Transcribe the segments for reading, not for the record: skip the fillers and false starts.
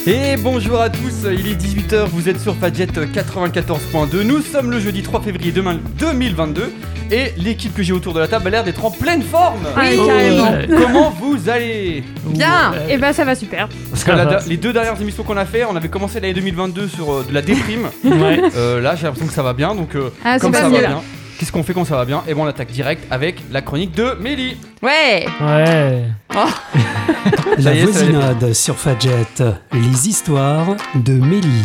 Et bonjour à tous, il est 18h, vous êtes sur Fadjet 94.2, nous sommes le jeudi 3 février 2022 et l'équipe que j'ai autour de la table a l'air d'être en pleine forme. Oui, carrément. Comment vous allez ? Bien. Et bah ça va super. Parce que les deux dernières émissions qu'on a fait, on avait commencé l'année 2022 sur de la déprime. Ouais. Là j'ai l'impression que ça va bien, donc comme c'est ça pas va mieux, bien. là. Qu'est-ce qu'on fait quand ça va bien ? Et bon on attaque direct avec la chronique de Mélie. Ouais. Ouais. Ça La y est, voisinade sur Fadjet, les histoires de Mélie.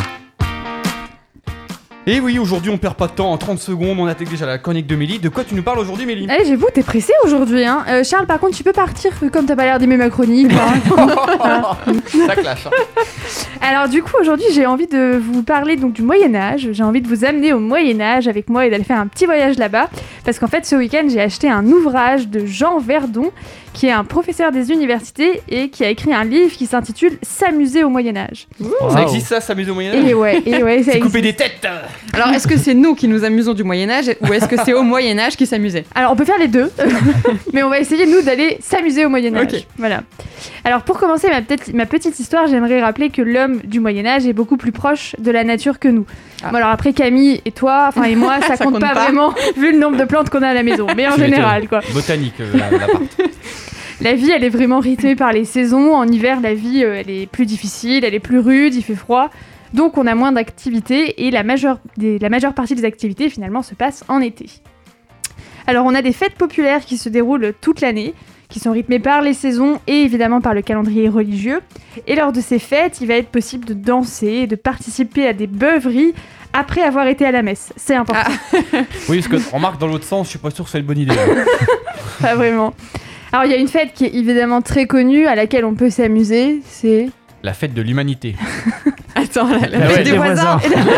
Et oui, aujourd'hui on perd pas de temps, en 30 secondes on attaque déjà la chronique de Mélie. De quoi tu nous parles aujourd'hui Mélie ? Allez, j'avoue, t'es pressé aujourd'hui, hein. Charles, par contre, tu peux partir comme t'as pas l'air d'aimer ma chronique. Ça clash. Alors, du coup, aujourd'hui, j'ai envie de vous parler donc du Moyen-Âge. J'ai envie de vous amener au Moyen-Âge avec moi et d'aller faire un petit voyage là-bas. Parce qu'en fait, ce week-end, j'ai acheté un ouvrage de Jean Verdon, qui est un professeur des universités et qui a écrit un livre qui s'intitule S'amuser au Moyen-Âge. Ça existe ça, s'amuser au Moyen-Âge ? Et ouais, ça C'est existe. couper des têtes. Alors, est-ce que c'est nous qui nous amusons du Moyen-Âge ou est-ce que c'est au Moyen-Âge qui s'amusait ? Alors on peut faire les deux, mais on va essayer nous d'aller s'amuser au Moyen-Âge. Ok. Voilà. Alors pour commencer ma petite histoire, j'aimerais rappeler que l'homme du Moyen-Âge est beaucoup plus proche de la nature que nous. Ah. Bon, alors après Camille et toi, enfin et moi, ça compte pas vraiment vu le nombre de plantes qu'on a à la maison, mais en Tu général quoi. Botanique, l'appart. La vie, elle est vraiment rythmée par les saisons. En hiver, la vie, elle est plus difficile, elle est plus rude, il fait froid. Donc on a moins d'activités et la majeure partie des activités finalement se passe en été. Alors on a des fêtes populaires qui se déroulent toute l'année, qui sont rythmées par les saisons et évidemment par le calendrier religieux. Et lors de ces fêtes, il va être possible de danser et de participer à des beuveries après avoir été à la messe. C'est important. Oui, parce que remarque dans l'autre sens, je suis pas sûr que ce soit une bonne idée. Pas vraiment. Alors il y a une fête qui est évidemment très connue à laquelle on peut s'amuser, c'est... La fête de l'humanité. Attends, la Ah ouais, fête des des voisins.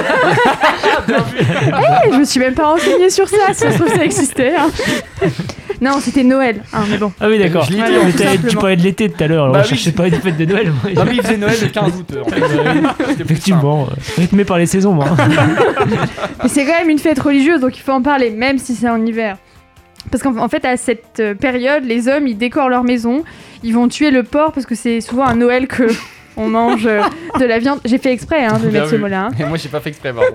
Je me suis même pas renseignée sur ça, ça se trouve ça existait. Hein. Non, c'était Noël, hein, mais bon. Ah oui, d'accord. Je l'ai dit, Voilà, Mais tout tu simplement. parlais de l'été tout à l'heure, alors Bah je oui. cherchais pas une fête de Noël. moi. Non mais il faisait Noël le 15 août en fait. C'était plus Effectivement, rythmé par les saisons, moi. Mais c'est quand même une fête religieuse, donc il faut en parler, même si c'est en hiver. Parce qu'en fait, à cette période, les hommes, ils décorent leur maison, ils vont tuer le porc, parce que c'est souvent à Noël que on mange de la viande. J'ai fait exprès de Bien mettre ce vu. mot-là. Hein. Et moi j'ai pas fait exprès pardon.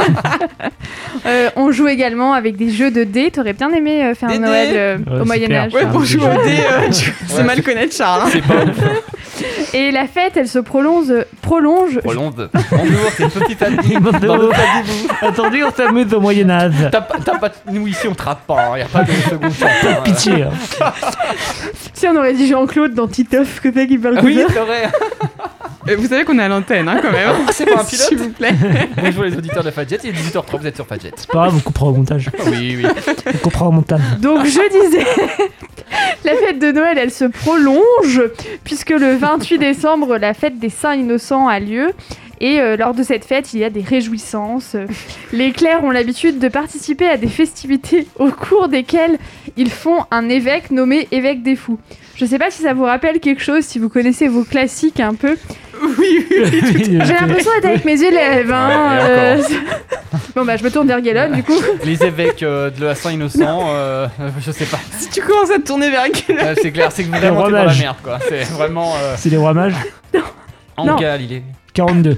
On joue également avec des jeux de dés. T'aurais bien aimé faire Des Noël Ouais, au Moyen-Âge. Ouais, pour jouer au dé, c'est Ouais. mal connaître Charles. hein. C'est pas ouf. Et la fête, elle se prolonge. Bonjour, c'est une petite amie. Dans notre famille, Attendez, on s'amuse au Moyen-Âge. t'as pas nous ici on te rate pas, y a pas de seconde chance. Pas de pitié. Hein. Si on aurait dit Jean-Claude dans Titeuf, que c'est qui parle Ah comme oui, ça. c'est vrai. Vous savez qu'on est à l'antenne, hein, quand même. C'est pas un pilote. S'il vous plaît. Bonjour les auditeurs de Fadjet, il est 18h03, vous êtes sur Fadjet. C'est pas grave, on coupera au montage. Oui, oui. On coupera au montage. Donc je disais, la fête de Noël, elle se prolonge, puisque le 28 décembre, la fête des Saints Innocents a lieu. Et lors de cette fête, il y a des réjouissances. Les clercs ont l'habitude de participer à des festivités au cours desquelles ils font un évêque nommé évêque des fous. Je sais pas si ça vous rappelle quelque chose, si vous connaissez vos classiques un peu. Oui. J'ai l'impression d'être avec mes élèves. Hein, Ouais, et encore. Bon bah je me tourne vers Guélone du coup. Les évêques de la Saint-Innocent, je sais pas. Si tu commences à te tourner vers quel C'est clair, c'est que vraiment t'es dans la rois-mages. merde quoi. C'est vraiment C'est les rois mages. en Non. Galilée. 42.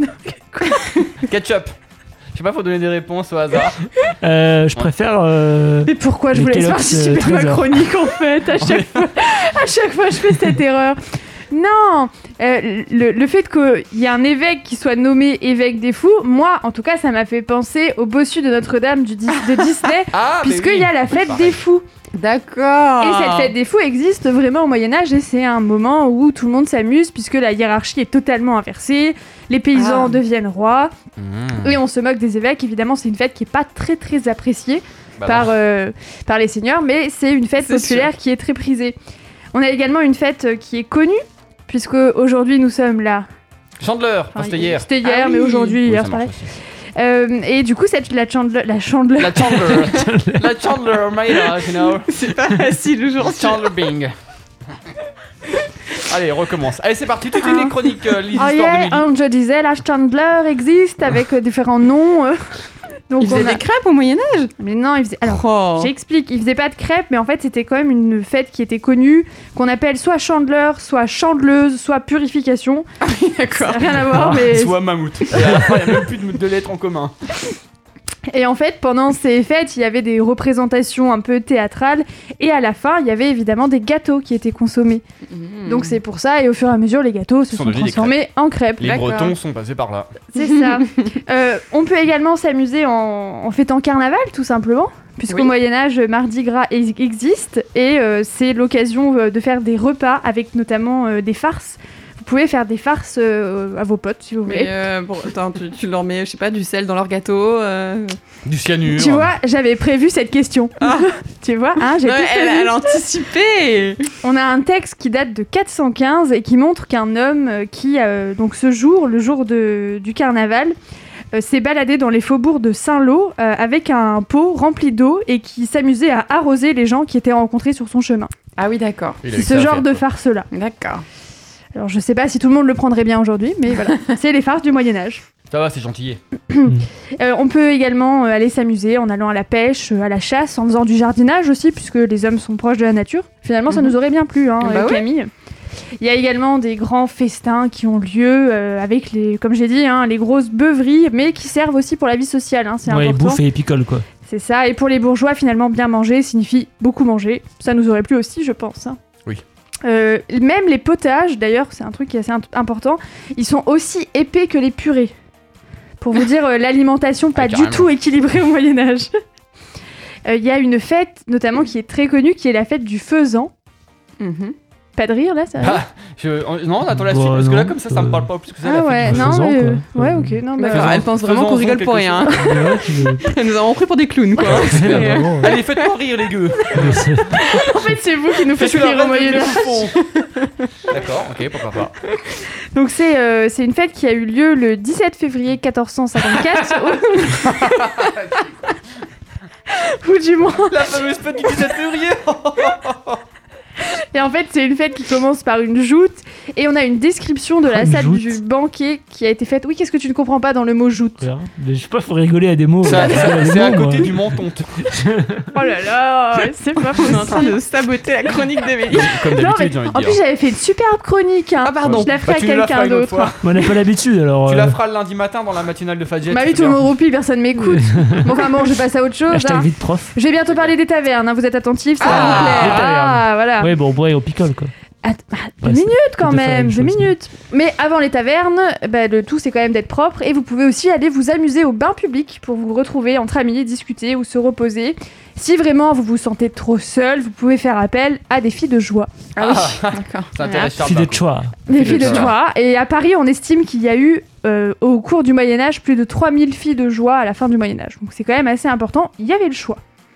Ketchup. Je sais pas, faut donner des réponses au hasard. Je préfère. Mais pourquoi je Les vous laisse Kellogg's, participer à ma 13 heures. chronique en fait à chaque fois je fais cette erreur. Non, le fait qu'il y ait un évêque qui soit nommé évêque des fous, moi en tout cas ça m'a fait penser au bossu de Notre-Dame de Disney, Ah, mais puisqu'il oui. y a la fête Pareil. des fous. D'accord. Et cette fête des fous existe vraiment au Moyen-Âge et c'est un moment où tout le monde s'amuse puisque la hiérarchie est totalement inversée, les paysans Ah. deviennent rois Mmh. et on se moque des évêques. Évidemment, c'est une fête qui est pas très appréciée Bah par les seigneurs, mais c'est une fête C'est populaire qui est très prisée. On a également une fête qui est connue puisque aujourd'hui nous sommes là. Chandler, enfin, c'était hier. C'était hier, Ah oui. mais aujourd'hui, Oui, hier, ça c'est pareil. marche aussi. Et du coup, la Chandler. La Chandler. La Chandler, my love, you know. C'est pas facile aujourd'hui. Chandler Bing. Allez, on recommence. Allez, c'est parti. Toute une chronique, Oh l'histoire yeah, de Mélie. je disais, la Chandler existe avec différents noms. Donc Ils faisaient des crêpes au Moyen-Âge. Mais non, ils faisaient... Alors, Oh. j'explique, ils faisaient pas de crêpes, mais en fait, c'était quand même une fête qui était connue, qu'on appelle soit chandeleur, soit chandeleuse, soit purification. D'accord. Ça n'a rien à voir, mais... Soit mammouth. Et à la fin, il n'y a même plus de lettres en commun. Et en fait, pendant ces fêtes, il y avait des représentations un peu théâtrales, et à la fin, il y avait évidemment des gâteaux qui étaient consommés. Donc c'est pour ça, et au fur et à mesure, les gâteaux se Sont sont devenus des transformés en crêpes. Les D'accord. Bretons sont passés par là. C'est ça. On peut également s'amuser en fêtant carnaval, tout simplement. Puisqu'au Oui. Moyen-Âge, Mardi Gras existe, et c'est l'occasion de faire des repas avec notamment des farces. Vous pouvez faire des farces à vos potes, si vous voulez. Mais bon, attends, tu leur mets, je sais pas, du sel dans leur gâteau. Du cyanure. Tu vois, j'avais prévu cette question. Ah. Tu vois, hein, j'ai Ouais, tout prévu. elle a anticipé. On a un texte qui date de 415 et qui montre qu'un homme qui, donc ce jour, le jour du carnaval, s'est baladé dans les faubourgs de Saint-Lô avec un pot rempli d'eau et qui s'amusait à arroser les gens qui étaient rencontrés sur son chemin. Ah oui, d'accord. Il a C'est eu ce ça à genre faire, de quoi. farce-là. D'accord. Alors je sais pas si tout le monde le prendrait bien aujourd'hui, mais voilà, c'est les farces du Moyen-Âge. Ça va, c'est gentillet. On peut également aller s'amuser en allant à la pêche, à la chasse, en faisant du jardinage aussi, puisque les hommes sont proches de la nature. Finalement, ça nous aurait bien plu, hein, Bah ouais. Camille. Il y a également des grands festins qui ont lieu avec, comme j'ai dit, les grosses beuveries, mais qui servent aussi pour la vie sociale, hein, c'est Ouais, important. bouffe et picole, quoi. C'est ça, et pour les bourgeois, finalement, bien manger signifie beaucoup manger. Ça nous aurait plu aussi, je pense. Hein. Oui. Même les potages, d'ailleurs, c'est un truc qui est assez important, ils sont aussi épais que les purées. Pour vous dire, l'alimentation pas du carrément. tout équilibrée au Moyen-Âge. Il y a une fête, notamment, qui est très connue, qui est la fête du faisan. Mhm. Pas de rire, là, ça va? Non, attends la Bah, suite, parce que là, non, comme ça me parle pas plus que ça. Ah la fête ouais, du non, faisan, mais... quoi. ouais, ok, non, bah... D'accord, elle pense vraiment qu'on rigole pour rien. quelque Nous avons pris pour des clowns, quoi. Allez, faites-moi rire, les gueux. En fait, c'est vous qui nous Je faites suis la rire au reine des Moyen-Âge. bouffons. D'accord, ok, pourquoi pas. Donc c'est une fête qui a eu lieu le 17 février 1454 ou du moins. La fameuse fête du 17 février. Et en fait, c'est une fête qui commence par une joute et on a une description de la Une salle joute. du banquet qui a été faite. Oui, qu'est-ce que tu ne comprends pas dans le mot joute? Mais je sais pas, faut rigoler à des mots. C'est à Des mots, côté moi. du menton. Oh là là, c'est pas On est en train possible. de saboter la chronique d'Amélie. Comme Non, mais d'habitude, j'ai envie de en dire. plus, j'avais fait une superbe chronique. Hein. Ah, pardon. Je la ferai Bah, à tu nous la quelqu'un feras une autre d'autre. fois. Mais on n'a pas l'habitude, alors. Tu la feras le lundi matin dans la matinale de Fadjet. Bah oui, tout le monde roupie, personne m'écoute. Bon, enfin bon, je passe à autre chose. Hashtag Hein. vite prof. Je vais bientôt parler des tavernes, hein, vous êtes attentifs, ça va Ah, vous plaire. les tavernes. Ah, voilà. Ouais, bon, ouais, au picole, quoi. Deux Ouais, minutes quand de faire même, une 2 chose. minutes. Mais avant les tavernes, le tout c'est quand même d'être propre et vous pouvez aussi aller vous amuser au bain public pour vous retrouver entre amis, discuter ou se reposer. Si vraiment vous vous sentez trop seul, vous pouvez faire appel à des filles de joie. Ah oui, d'accord. Ça intéresse Charles. Fille de Barco. choix. Des Filles de filles de joie. joie. Et à Paris, on estime qu'il y a eu au cours du Moyen-Âge plus de 3000 filles de joie à la fin du Moyen-Âge. Donc c'est quand même assez important, il y avait le choix.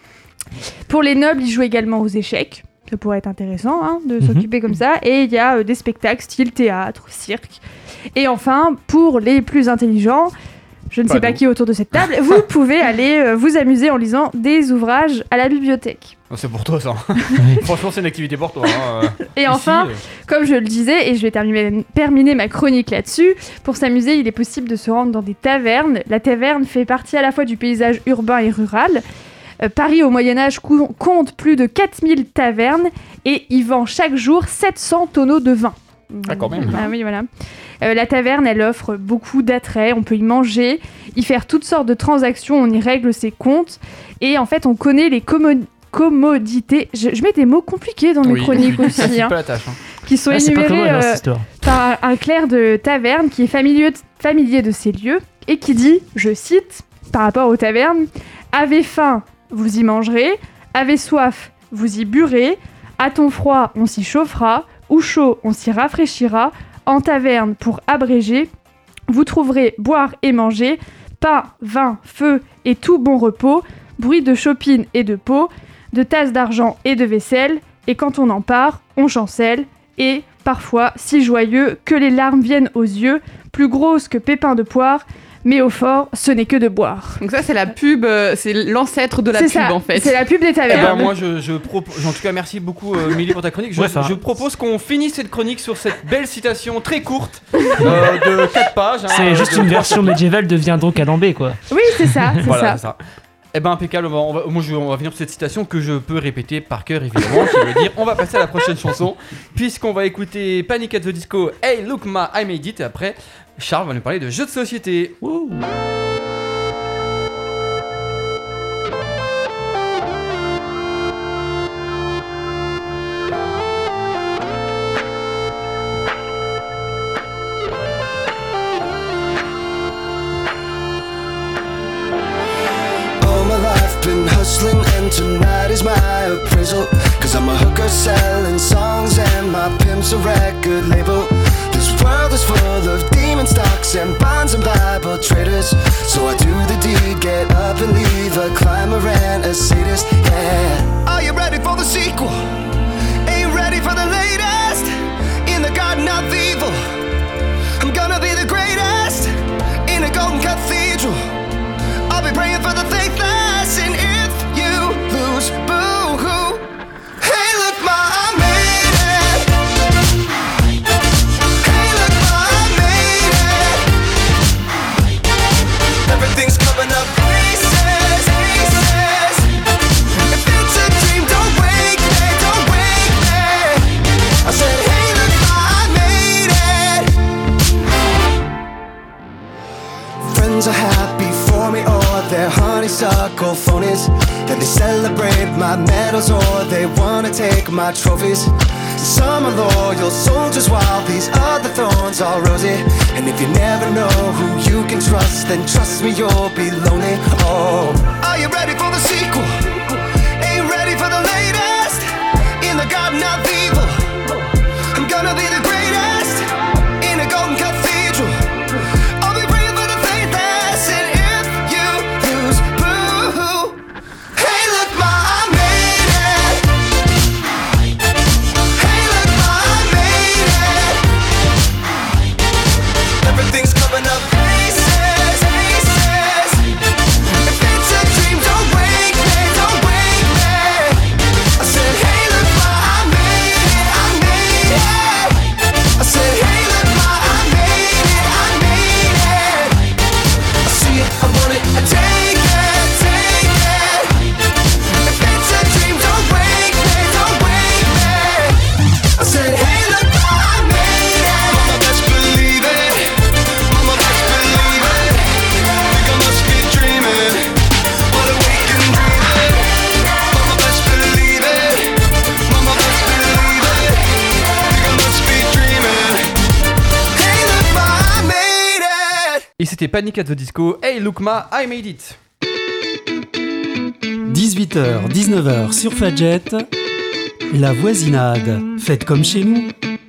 Pour les nobles, ils jouent également aux échecs. Ça pourrait être intéressant hein, de s'occuper comme ça. Et il y a des spectacles style théâtre, cirque. Et enfin, pour les plus intelligents, je ne sais pas nous. qui autour de cette table, vous pouvez aller vous amuser en lisant des ouvrages à la bibliothèque. Oh, c'est pour toi ça. Franchement, c'est une activité pour toi. Hein. Et Ici, enfin, comme je le disais, et je vais terminer ma chronique là-dessus, pour s'amuser, il est possible de se rendre dans des tavernes. La taverne fait partie à la fois du paysage urbain et rural. Paris au Moyen-Âge compte plus de 4000 tavernes et y vend chaque jour 700 tonneaux de vin. Ah, quand même. Ah oui, voilà. La taverne, elle offre beaucoup d'attraits, on peut y manger, y faire toutes sortes de transactions, on y règle ses comptes et en fait on connaît les commodités. Je mets des mots compliqués dans mes chroniques Ça aussi, facilite hein, pas la tâche. Hein. qui sont Ah, c'est pas énumérés comment cette histoire. par un clerc de taverne qui est familier de ces lieux et qui dit, je cite, par rapport aux tavernes, « Avez faim, vous y mangerez, avez soif, vous y burez, a-t-on froid, on s'y chauffera, ou chaud, on s'y rafraîchira, en taverne pour abréger, vous trouverez boire et manger, pain, vin, feu et tout bon repos, bruit de chopine et de pot, de tasses d'argent et de vaisselle, et quand on en part, on chancelle, et, parfois, si joyeux que les larmes viennent aux yeux, plus grosses que pépins de poire, mais au fort, ce n'est que de boire. Donc ça, c'est la pub, c'est l'ancêtre de la C'est pub ça, en fait. c'est la pub des Eh ben, tavernes. moi, je propose. En tout cas, merci beaucoup, Milly, pour ta chronique. Ouais, ça va. Je propose qu'on finisse cette chronique sur cette belle citation très courte de 4 pages. Hein, C'est juste une version médiévale de Viens donc à Lambé, quoi. Oui, c'est ça, c'est Voilà, ça. c'est ça. Eh ben impeccable, on va finir sur cette citation que je peux répéter par cœur évidemment, qui veut dire on va passer à la prochaine chanson, puisqu'on va écouter Panic at the Disco, Hey Look Ma I Made It, et après Charles va nous parler de jeux de société. Wouh. All my life been hustling and tonight is my appraisal. Cause I'm a hooker selling songs and my pimp's a record label. This world is full of demon stocks and bonds and Bible traders. So I do the deed, get up and leave a climber and a sadist, yeah. Are you ready for the sequel? Ain't ready for the latest? In the garden of evil, I'm gonna be the greatest in a golden cathedral. I'll be praying for the faithless, and if you lose, boo-hoo. Hey, look, ma, I made it. Hey, look, ma, I made it. Everything's coming up pieces, pieces. If it's a dream, don't wake me, don't wake me. I said, hey, look, ma, I made it. Friends are happy for me, or they're honeysuckle phonies. Then they celebrate my medals, or they wanna take my trophies. Some are loyal soldiers, while these other thorns are rosy. And if you never know who you can trust, then trust me, you'll be lonely. Oh, are you ready for the sequel? Ain't ready for the latest in the garden of evil. I'm gonna be the greatest in a golden cathedral. I'll be praying for the faithless, and if you lose, boo-hoo. Hey, look, ma, I made it. Hey, look, ma, I made it. Everything's coming up pieces, pieces. If it's a dream, don't wake me, don't wake me. I said, hey, look, ma, I made it, I made it. I said, hey, look, ma, I made it, I made it. I see it, I want it, I take it, take it. If it's a dream, don't wake me, don't wake me. I said, hey, look, I made it. Mama, best believe it. Mama, best believe it. Think I must be dreaming, but awake and dreaming. Mama, best believe it. Mama, best believe it. Think I must be dreaming. Hey, look, I made it. Et c'était Panic at the Disco, Hey Look Ma I Made It. 18h, 19h sur Fadjet, la voisinade, faites comme chez nous.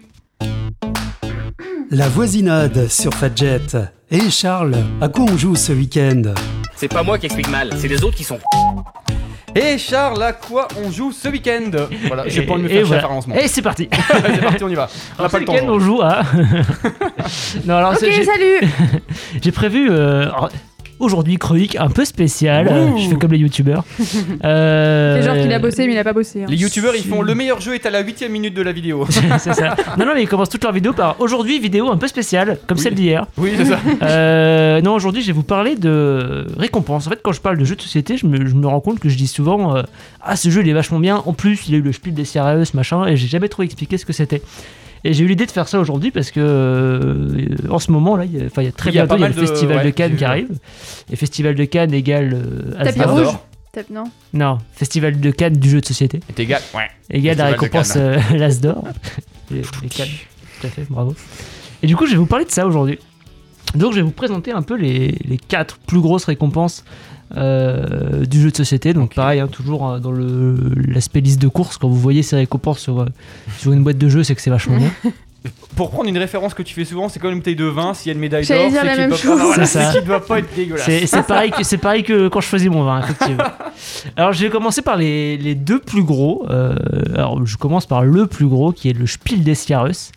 La voisinade sur Fadjet. Et Charles, à quoi on joue ce week-end? C'est pas moi qui explique mal, c'est les autres qui sont. Et Charles, à quoi on joue ce week-end? Voilà, j'ai pas envie de me Et faire voilà. chier à avancement. Et c'est parti. C'est parti, on y va. On n'a Alors, pas ce le temps. week-end, on joue à. Non, alors, Ok, j'ai- salut. j'ai prévu alors, aujourd'hui chronique un peu spéciale. Ouh. Je fais comme les youtubeurs. C'est genre qu'il a bossé, mais il a pas bossé. hein. Les youtubeurs, ils font le meilleur jeu est à la 8ème minute de la vidéo. C'est ça. Non, mais ils commencent toute leur vidéo par aujourd'hui vidéo un peu spéciale, comme Oui. celle d'hier. Oui, c'est ça. Non, aujourd'hui, je vais vous parler de récompenses. En fait, quand je parle de jeux de société, je me rends compte que je dis souvent ah, ce jeu il est vachement bien. En plus, il a eu le Spiel des CRS, machin, et j'ai jamais trop expliqué ce que c'était. Et j'ai eu l'idée de faire ça aujourd'hui parce que en ce moment là, il y a très Oui, il y a bientôt pas il y a le mal de- Festival ouais, de Cannes j'ai qui vu. arrive. Et Festival de Cannes égale Tapis As d'or. rouge. Non. Non, Festival de Cannes du jeu de société Et t'es gars, ouais. égale la Festival de récompense l'As d'or. Les Cannes, tout à fait, bravo. Et du coup, je vais vous parler de ça aujourd'hui. Donc, je vais vous présenter un peu les 4 plus grosses récompenses du jeu de société. Donc, pareil, hein, toujours dans l'aspect liste de courses. Quand vous voyez ces récompenses sur une boîte de jeu, c'est que c'est vachement bien. Pour prendre une référence que tu fais souvent, c'est comme une bouteille de vin. S'il y a une médaille J'allais d'or, dire c'est la qu'il même doit chose. pas- voilà, C'est ça. c'est qu'il doit pas être dégueulasse. C'est pareil que quand je choisis mon vin, effectivement. Alors, je vais commencer par les deux plus gros. Alors, je commence par le plus gros, qui est le Spiel des Jahres,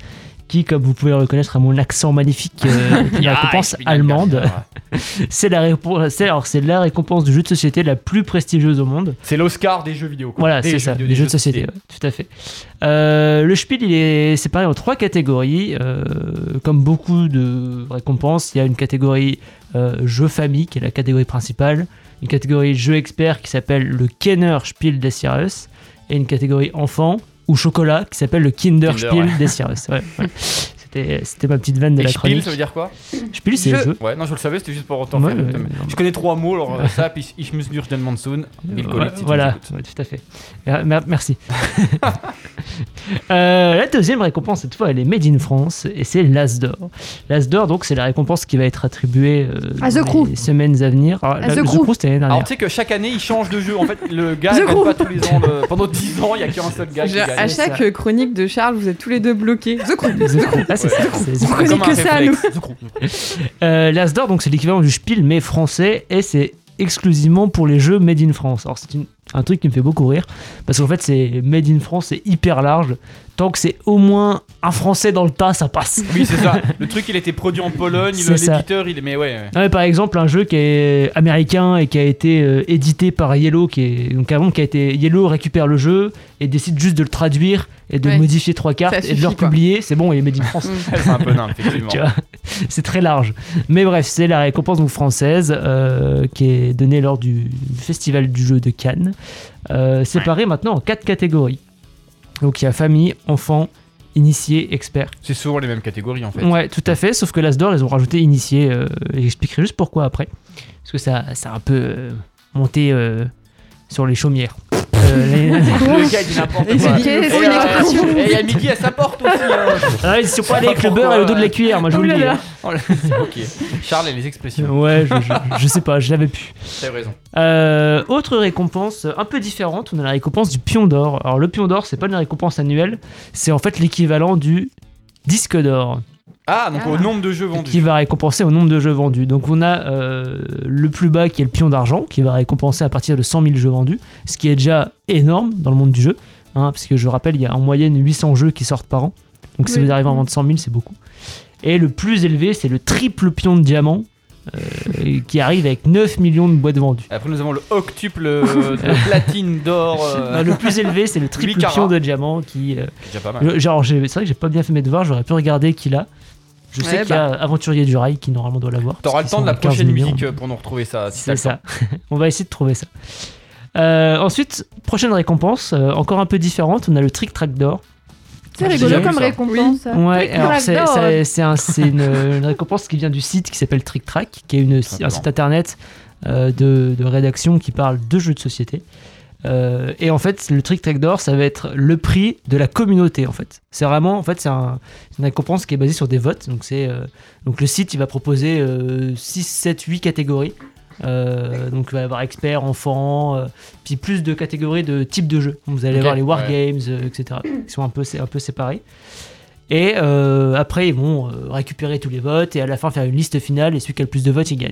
qui, comme vous pouvez le reconnaître à mon accent magnifique, est la récompense allemande. C'est la récompense du jeu de société la plus prestigieuse au monde. C'est l'Oscar des jeux vidéo. Quoi. Voilà, c'est ça, des jeux de société, ouais, tout à fait. Le Spiel, il est séparé en 3 catégories. Comme beaucoup de récompenses, il y a une catégorie jeu famille, qui est la catégorie principale, une catégorie jeu expert qui s'appelle le Kenner Spiel des Jahres, et une catégorie enfant ou chocolat qui s'appelle le Kinder Spiel des Jahres. Ouais, ouais. C'était ma petite vanne de Et la Spiel, chronique. ça veut dire quoi? Spiel, c'est le jeu. Ouais, non, je le savais, c'était juste pour entendre. Ouais, Je connais 3 mots, alors ça, puis Ich muss durch den Monsun, Voilà, ouais, tout à fait. Merci. La deuxième récompense, cette fois, elle est made in France et c'est l'As d'or. L'As d'or, donc, c'est la récompense qui va être attribuée à The dans Crew. les semaines à venir. Alors, À The The Crew. Crew, c'était l'année Alors dernière. tu sais que chaque année il change de jeu. En fait, le gars The ne gagne Crew. pas tous les ans. Pendant 10 ans, il y a qu'un seul gars qui gagne. À chaque chronique de Charles, vous êtes tous les deux bloqués. The Crew. The Crew. Ah, c'est Ouais. ça. C'est The On Crew. connaît Comme que un ça, réflexe. nous. The Crew. L'As d'or, donc, c'est l'équivalent du Spiel, mais français, et c'est exclusivement pour les jeux made in France. Alors, c'est un truc qui me fait beaucoup rire, parce qu'en fait, c'est made in France, c'est hyper large. Tant que c'est au moins un français dans le tas, ça passe. Oui, c'est ça. Le truc, il a été produit en Pologne. C'est ça. L'éditeur, il est. Mais ouais. Non, mais par exemple, un jeu qui est américain et qui a été édité par Yellow, Yellow récupère le jeu et décide juste de le traduire et de Ouais. modifier 3 cartes Ça et de suffit, le quoi. republier. C'est bon, il est made in France. C'est un peu nain, effectivement. Tu vois, c'est très large. Mais bref, c'est la récompense donc française qui est donnée lors du festival du jeu de Cannes. Séparée maintenant en 4 catégories. Donc il y a famille, enfant, initié, expert. C'est souvent les mêmes catégories en fait. Ouais, tout à fait, sauf que l'As d'or, ils ont rajouté initié, et j'expliquerai juste pourquoi après. Parce que ça a un peu monté sur les chaumières. Le gars il dit n'importe Et quoi. c'est- qu'est-ce Et une expression il y a Mickey à sa porte aussi. Ah, ils sont pas allés avec le beurre et le dos de la cuillère, moi je vous le dis. Oulala. Ok. Charles et les expressions. Ouais, je sais pas, je l'avais pu. T'as raison. Autre récompense un peu différente, on a la récompense du Pion d'or. Alors le Pion d'or, c'est pas une récompense annuelle, c'est en fait l'équivalent du disque d'or, Ah, donc au nombre de jeux vendus. qui va récompenser au nombre de jeux vendus. Donc on a le plus bas qui est le Pion d'argent, qui va récompenser à partir de 100 000 jeux vendus, ce qui est déjà énorme dans le monde du jeu, hein, parce que je rappelle, il y a en moyenne 800 jeux qui sortent par an. Donc si Oui. vous arrivez à en vendre 100 000, c'est beaucoup. Et le plus élevé, c'est le triple Pion de diamant, qui arrive avec 9 millions de boîtes vendues. Après nous avons le octuple de platine d'or. Le plus élevé, c'est le triple carats. Pion de diamant qui... C'est déjà pas mal. genre, c'est vrai que j'ai pas bien fait mes devoirs, j'aurais pu regarder qui l'a. Je sais Ouais, qu'il y a Aventurier du Rail qui normalement doit l'avoir. T'auras le parce temps qu'ils de la sont à 15 prochaine millions. musique pour nous retrouver ça. Si t'as C'est le temps. ça. On va essayer de trouver ça. Ensuite, prochaine récompense, encore un peu différente, on a le Trick Track d'or. C'est Ah, j'ai rigolo jamais comme vu ça. récompense. ça. Ouais, Trick alors Track c'est d'or. une récompense qui vient du site qui s'appelle Trick Track, qui est un Simplement. site internet de rédaction qui parle de jeux de société. Et en fait, le Trick Track d'or, ça va être le prix de la communauté. En fait, c'est vraiment, c'est une récompense qui est basée sur des votes. Donc donc le site, il va proposer 6, 7, 8 catégories. Donc il va y avoir expert, enfant, puis plus de catégories de types de jeux. Donc, vous allez Ok, avoir les wargames, ouais. etc. qui sont un peu séparés. Et après, ils vont récupérer tous les votes et à la fin faire une liste finale et celui qui a le plus de votes, il gagne.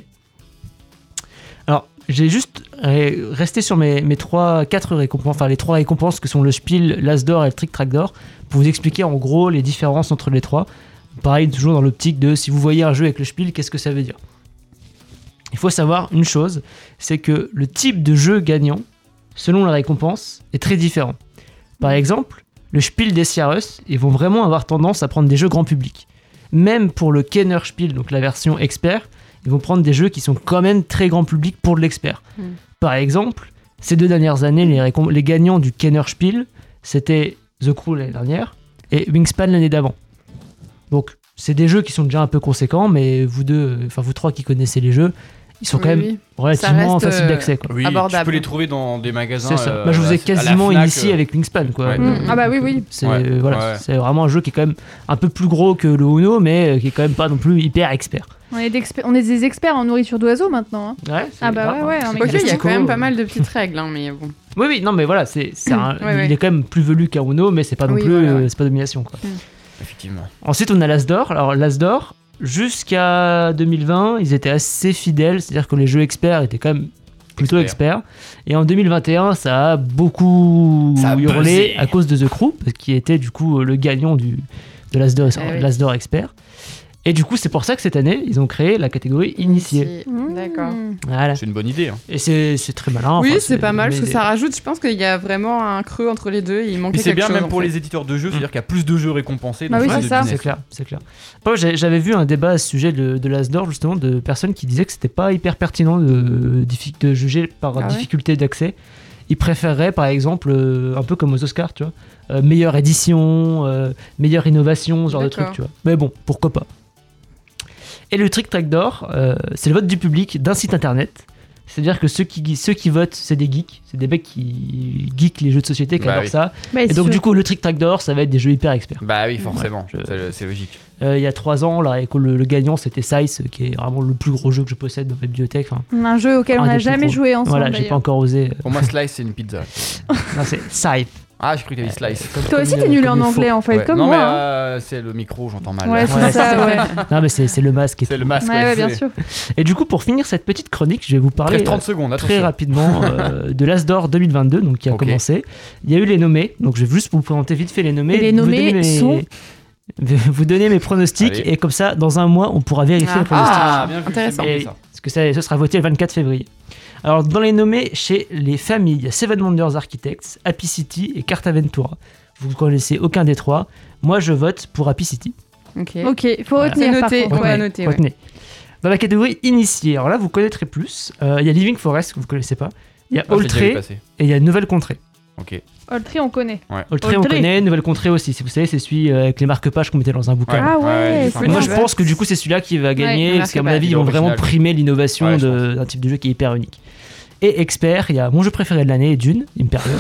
Alors, j'ai juste resté sur mes 4 récompenses, enfin les 3 récompenses que sont le Spiel, l'As d'or et le Trick Track d'or, pour vous expliquer en gros les différences entre les 3. Pareil, toujours dans l'optique de si vous voyez un jeu avec le Spiel, qu'est-ce que ça veut dire? Il faut savoir une chose, c'est que le type de jeu gagnant, selon la récompense, est très différent. Par exemple, le Spiel des Jahres, ils vont vraiment avoir tendance à prendre des jeux grand public. Même pour le Kenner Spiel, donc la version expert, ils vont prendre des jeux qui sont quand même très grand public pour de l'expert. Par exemple, ces 2 dernières années, les gagnants du Kenner Spiel, c'était The Crew l'année dernière et Wingspan l'année d'avant. Donc, c'est des jeux qui sont déjà un peu conséquents, mais vous 3 qui connaissez les jeux, ils sont quand même relativement Ça reste, faciles d'accès, quoi. Oui, Abordable. tu peux les trouver dans des magasins. C'est ça. Moi, je vous ai à la quasiment Fnac, initié avec Wingspan, quoi. Ouais. Ah bah oui, oui. C'est Ouais, voilà, ouais. c'est vraiment un jeu qui est quand même un peu plus gros que le Uno, mais qui est quand même pas non plus hyper expert. On est des experts en nourriture d'oiseaux maintenant. hein. Ouais, Ah bah ouais, non, mais Quoique, il y a Plastico, quand même pas mal de petites règles, hein, mais bon. Oui, non, mais voilà, Ouais. il est quand même plus velu qu'un Uno, mais c'est pas non Oui, plus, voilà, ouais. c'est pas domination, quoi. Effectivement. Ensuite, on a l'As d'or. Alors, l'As d'or, jusqu'à 2020, ils étaient assez fidèles, c'est-à-dire que les jeux experts étaient quand même plutôt experts. Et en 2021, ça a beaucoup Ça a hurlé buzzé. à cause de The Crew, qui était du coup le gagnant de de l'As oui. l'As d'or expert. Et du coup, c'est pour ça que cette année, ils ont créé la catégorie initié. D'accord. Voilà. C'est une bonne idée. Hein. Et c'est très malin. Oui, enfin, c'est pas mal, parce que mais- ça rajoute, je pense qu'il y a vraiment un creux entre les deux, il manquait Puis c'est quelque bien chose. même en pour fait. les éditeurs de jeux, c'est-à-dire qu'il y a plus de jeux récompensés. Bah dans oui, ce c'est jeu de ça. business. C'est clair. Moi, j'avais vu un débat à ce sujet de l'As d'or, justement, de personnes qui disaient que c'était pas hyper pertinent de juger par Ah ouais difficulté d'accès. Ils préféreraient, par exemple, un peu comme aux Oscars, tu vois, meilleure édition, meilleure innovation, ce genre de D'accord. truc, tu vois. Mais bon, pourquoi pas. Et le Trick Track d'or, c'est le vote du public d'un site internet. C'est-à-dire que ceux qui votent, c'est des geeks. C'est des mecs qui geekent les jeux de société, qui Bah adorent oui. ça. Bah, Et donc, sûr. du coup, le Trick Track d'or, ça va être des jeux hyper experts. Bah oui, forcément. Ouais, C'est logique. Il y a 3 ans, là, le gagnant, c'était Size, qui est vraiment le plus gros jeu que je possède dans ma bibliothèque. Enfin, Un jeu auquel on un n'a des plus jamais gros. joué ensemble. voilà, j'ai pas d'ailleurs. encore osé. Pour moi, Slice, c'est une pizza. Non, c'est Scythe. Ah, j'ai cru que t'avais Slice. Toi aussi, t'es nul en anglais en fait, Ouais. comme non, moi. mais hein. c'est le micro, j'entends mal. Ouais, là. c'est ça, ouais. Non, mais c'est le masque. Et C'est tout. le masque. Ouais, ouais, bien c'est- sûr. Et du coup, pour finir cette petite chronique, je vais vous parler 30 secondes, très attention. rapidement de l'As d'or 2022, donc qui a Ok. commencé. Il y a eu les nommés, donc je vais juste vous présenter vite fait les nommés. Et les vous nommés donner sont vous donner mes pronostics, Allez. et comme ça, dans un mois, on pourra vérifier Ah. les pronostics. Ah, bien vu. Intéressant. c'est bien Et- ça. parce que ce sera voté le 24 février. Alors, dans les nommés, chez les familles, il y a Seven Wonders Architects, Happy City et Cartaventura. Vous ne connaissez aucun des trois. Moi, je vote pour Happy City. Ok. Ok, faut Voilà. retenir C'est par noté. contre. Ouais, à noter, ouais. Retenez. Dans la catégorie initiée, alors là, vous connaîtrez plus. Il y a Living Forest, que vous ne connaissez pas. Il y a Ah, je l'ai déjà vu Oltré passer. et il y a Nouvelle Contrée. Ok. Oltré, on connaît. Oltré, on Oltré. connaît. Nouvelle Contrée aussi. Si vous savez, c'est celui avec les marque-pages qu'on mettait dans un bouquin. Ah Ouais, ouais, ouais, c'est ouais. Moi, bien. je pense que du coup, c'est celui-là qui va gagner, Ouais, parce qu'à mon marque-pages. avis, ils vont vraiment Original. primer l'innovation Ouais, je d'un type de jeu qui est hyper unique. Et expert, il y a mon jeu préféré de l'année, Dune, Imperium.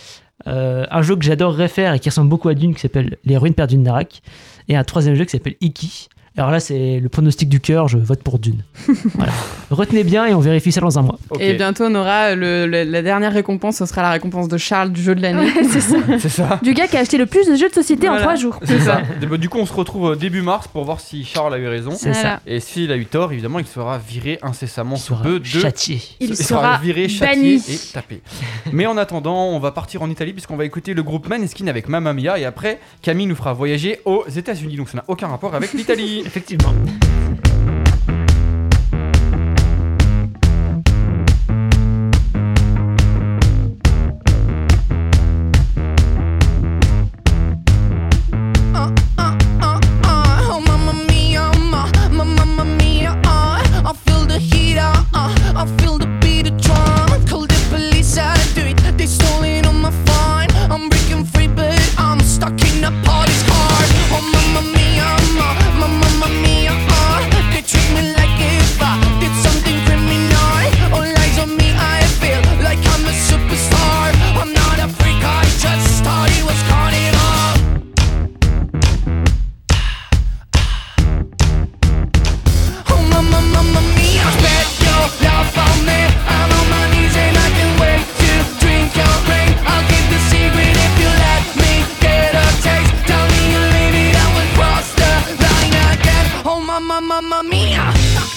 Un jeu que j'adorerais faire et qui ressemble beaucoup à Dune, qui s'appelle Les Ruines perdues de Narak. Et un troisième jeu qui s'appelle Iki. Alors là, c'est le pronostic du cœur, je vote pour Dune. Voilà. Retenez bien et on vérifie ça dans un mois. Ok. Et bientôt, on aura la dernière récompense, ce sera la récompense de Charles du jeu de l'année. Ouais, c'est ça. C'est ça. Du gars qui a acheté le plus de jeux de société en Voilà. 3 jours. C'est ça. Du coup, on se retrouve début mars pour voir si Charles a eu raison. C'est Voilà. Et s'il a eu tort, évidemment, il sera viré incessamment Il sous sera peu de. châtié. Il sera viré, châtié banni. et tapé. Mais en attendant, on va partir en Italie puisqu'on va écouter le groupe Maneskin avec Mamma Mia et après, Camille nous fera voyager aux États-Unis. Donc ça n'a aucun rapport avec l'Italie. Effectivement. Oh mamma mia, mamma mia, I feel the heat, I feel the beat of drum. Call the police, I do it. They stolen on my phone. I'm breaking free, but I'm stuck in a police car. Oh mamma mia, mamma mia, they treat me like if I did something criminal. All eyes on me, I feel like I'm a superstar. I'm not a freak, I just thought it was carnival. Oh mamma mia, bet your love on me. I'm on my knees and I can't wait to drink your rain. I'll keep the secret if you let me get a taste. Tell me you leave it, I will cross the line again. Oh mamma mia.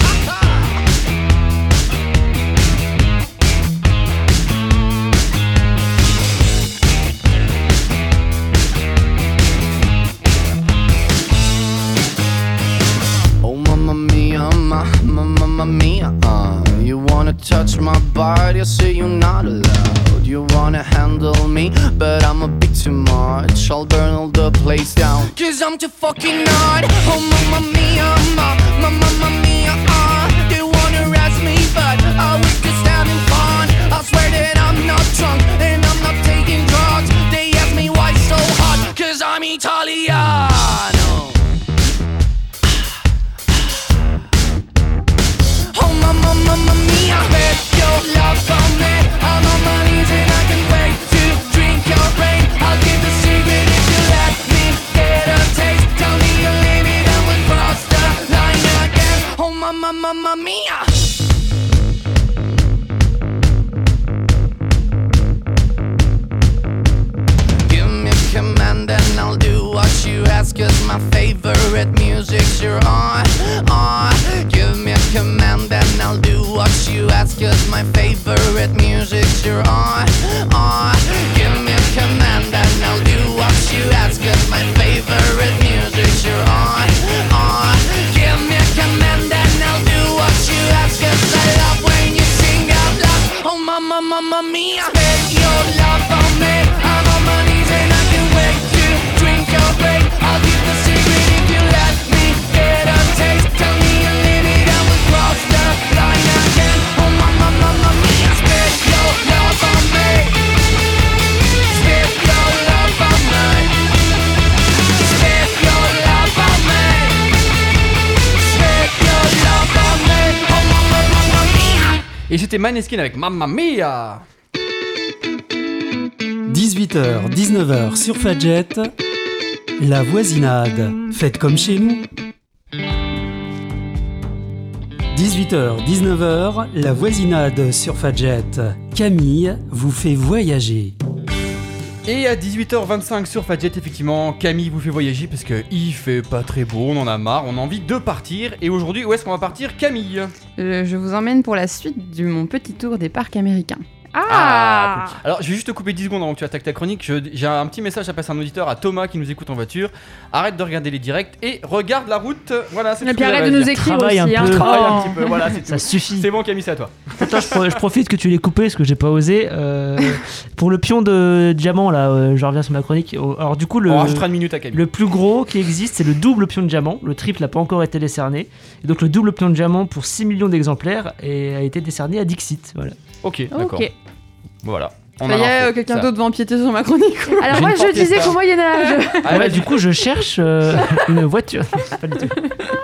Oh mamma mia, mamma mia, you wanna touch my body, I say you're not allowed. You wanna handle me, but I'm a bit too much. I'll burn all the place down, 'cause I'm too fucking hot. Oh mamma mia, mamma mia, they wanna arrest me, but I was just having fun. I swear that I'm not drunk and I'm not taking drugs. They ask me why it's so hot, 'cause I'm Italiano. Oh mamma mia, bet your love on me. I'm on my knees and I can't wait to drink your rain. I'll give the secret if you let me get a taste. Tell me you leave it and we'll cross the line again. Oh mamma mia. Give me a command and I'll do what you ask, 'cause my favorite music's you're on. Give me a command and I'll do what you ask, 'cause my favorite music's you're on. Give me a command and I'll do what you ask, 'cause my favorite music's Et c'était Maneskin avec Mamma Mia. 18h, 19h sur Fadjet, la voisinade, faites comme chez nous. 18h, 19h, la voisinade sur Fadjet. Camille vous fait voyager. Et à 18h25 sur Fadjet, effectivement, Camille vous fait voyager parce qu'il fait pas très beau, on en a marre, on a envie de partir. Et aujourd'hui, où est-ce qu'on va partir, Camille? Je vous emmène pour la suite de mon petit tour des parcs américains. Ah, cool. Alors, je vais juste te couper 10 secondes avant que tu attaques ta chronique. J'ai un petit message à passer à un auditeur, à Thomas qui nous écoute en voiture. Arrête de regarder les directs et regarde la route. Voilà, c'est Et tout puis ce que arrête de j'avais à nous dire. écrire Travaille aussi. un peu. Travaille un Oh. petit peu, voilà, c'est Ça tout. suffit. C'est bon, Camille, c'est à toi. Attends, je profite que tu l'aies coupé parce que j'ai pas osé. Pour le pion de diamant, là, je reviens sur ma chronique. Alors, du coup, On rajoutera une minute à Camille. le plus gros qui existe, c'est le double pion de diamant. Le triple n'a pas encore été décerné. Et donc, le double pion de diamant pour 6 millions d'exemplaires a été décerné à Dixit. Voilà. Ok, d'accord. Ok. Voilà. On Ça y est, l'info. quelqu'un Ça. d'autre va empiéter sur ma chronique. Alors J'ai moi une je porte disais Fiesta. qu'au Moyen-Âge. Ah, Ouais, vas-y. du coup, je cherche une voiture. Pas du tout.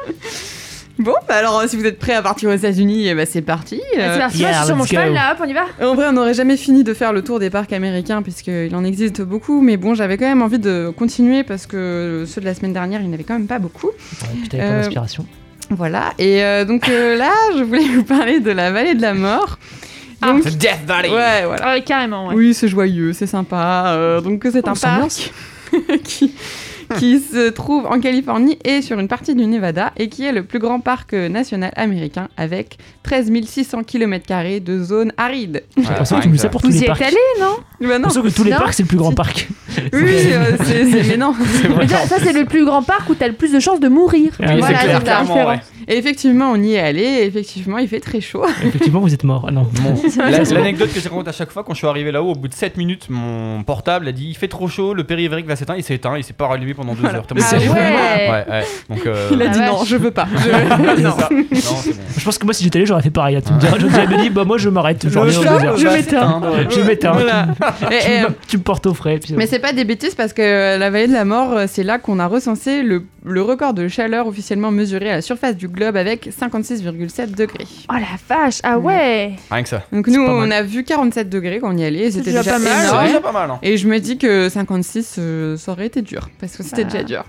Bon, bah alors si vous êtes prêts à partir aux États-Unis, eh ben, c'est parti. C'est parti, yeah, moi je suis sur mon let's cheval go. là, hop, on y va. En vrai, on n'aurait jamais fini de faire le tour des parcs américains puisqu'il en existe beaucoup, mais bon, j'avais quand même envie de continuer parce que ceux de la semaine dernière, il n'y en avait quand même pas beaucoup. Ouais, puis t'avais pas d'inspiration. Voilà, et donc là, je voulais vous parler de la vallée de la mort. Donc, The Death Valley. ouais, voilà. Ah ouais, carrément, ouais. Oui, c'est joyeux, c'est sympa. Donc c'est un On s'ambiance. parc qui se trouve en Californie et sur une partie du Nevada et qui est le plus grand parc national américain avec 13 600 km² de zone aride. J'ai l'impression que tu me dis ça pour tous Vous y les êtes parcs. allé, non Bah J'ai non, l'impression que tous les Non. parcs, c'est le plus grand parc. oui, mais non. Mais ça c'est le plus grand parc où t'as le plus de chances de mourir. Oui, Oui, Voilà, c'est clair, c'est la clairement. différence. Ouais. Et effectivement, on y est allé et effectivement, il fait très chaud. Effectivement, vous êtes mort. Ah non. L'anecdote que je raconte à chaque fois, quand je suis arrivé là-haut, au bout de 7 minutes, mon portable a dit il fait trop chaud, le périphérique va s'éteindre. Il s'est éteint, il s'est pas rallumé pendant 2 heures. Tellement Ah il était chaud. ouais. Ouais. Donc, Il a Ah dit vache. non, je veux pas. c'est Non. ça. Non, c'est bon. Je pense que moi, si j'étais allé, j'aurais fait pareil. Tu me dirais, j'aurais dit, bah moi, je m'arrête. Je reviens Le dans 2 chat heures. je va m'éteins. s'éteindre. Je m'éteins. Voilà. Tu me portes au frais. Puis Mais c'est pas des bêtises parce que la vallée de la mort, c'est là qu'on a recensé le record de chaleur officiellement mesuré à la surface du globe avec 56,7 degrés. Oh la vache, ah ouais. Rien que ça. Donc nous, pas on mal. a vu 47 degrés quand on y allait, et c'était déjà déjà pas mal, C'est énorme. déjà pas mal. Hein. Et je me dis que 56, ça aurait été dur, parce que c'était Bah. déjà dur.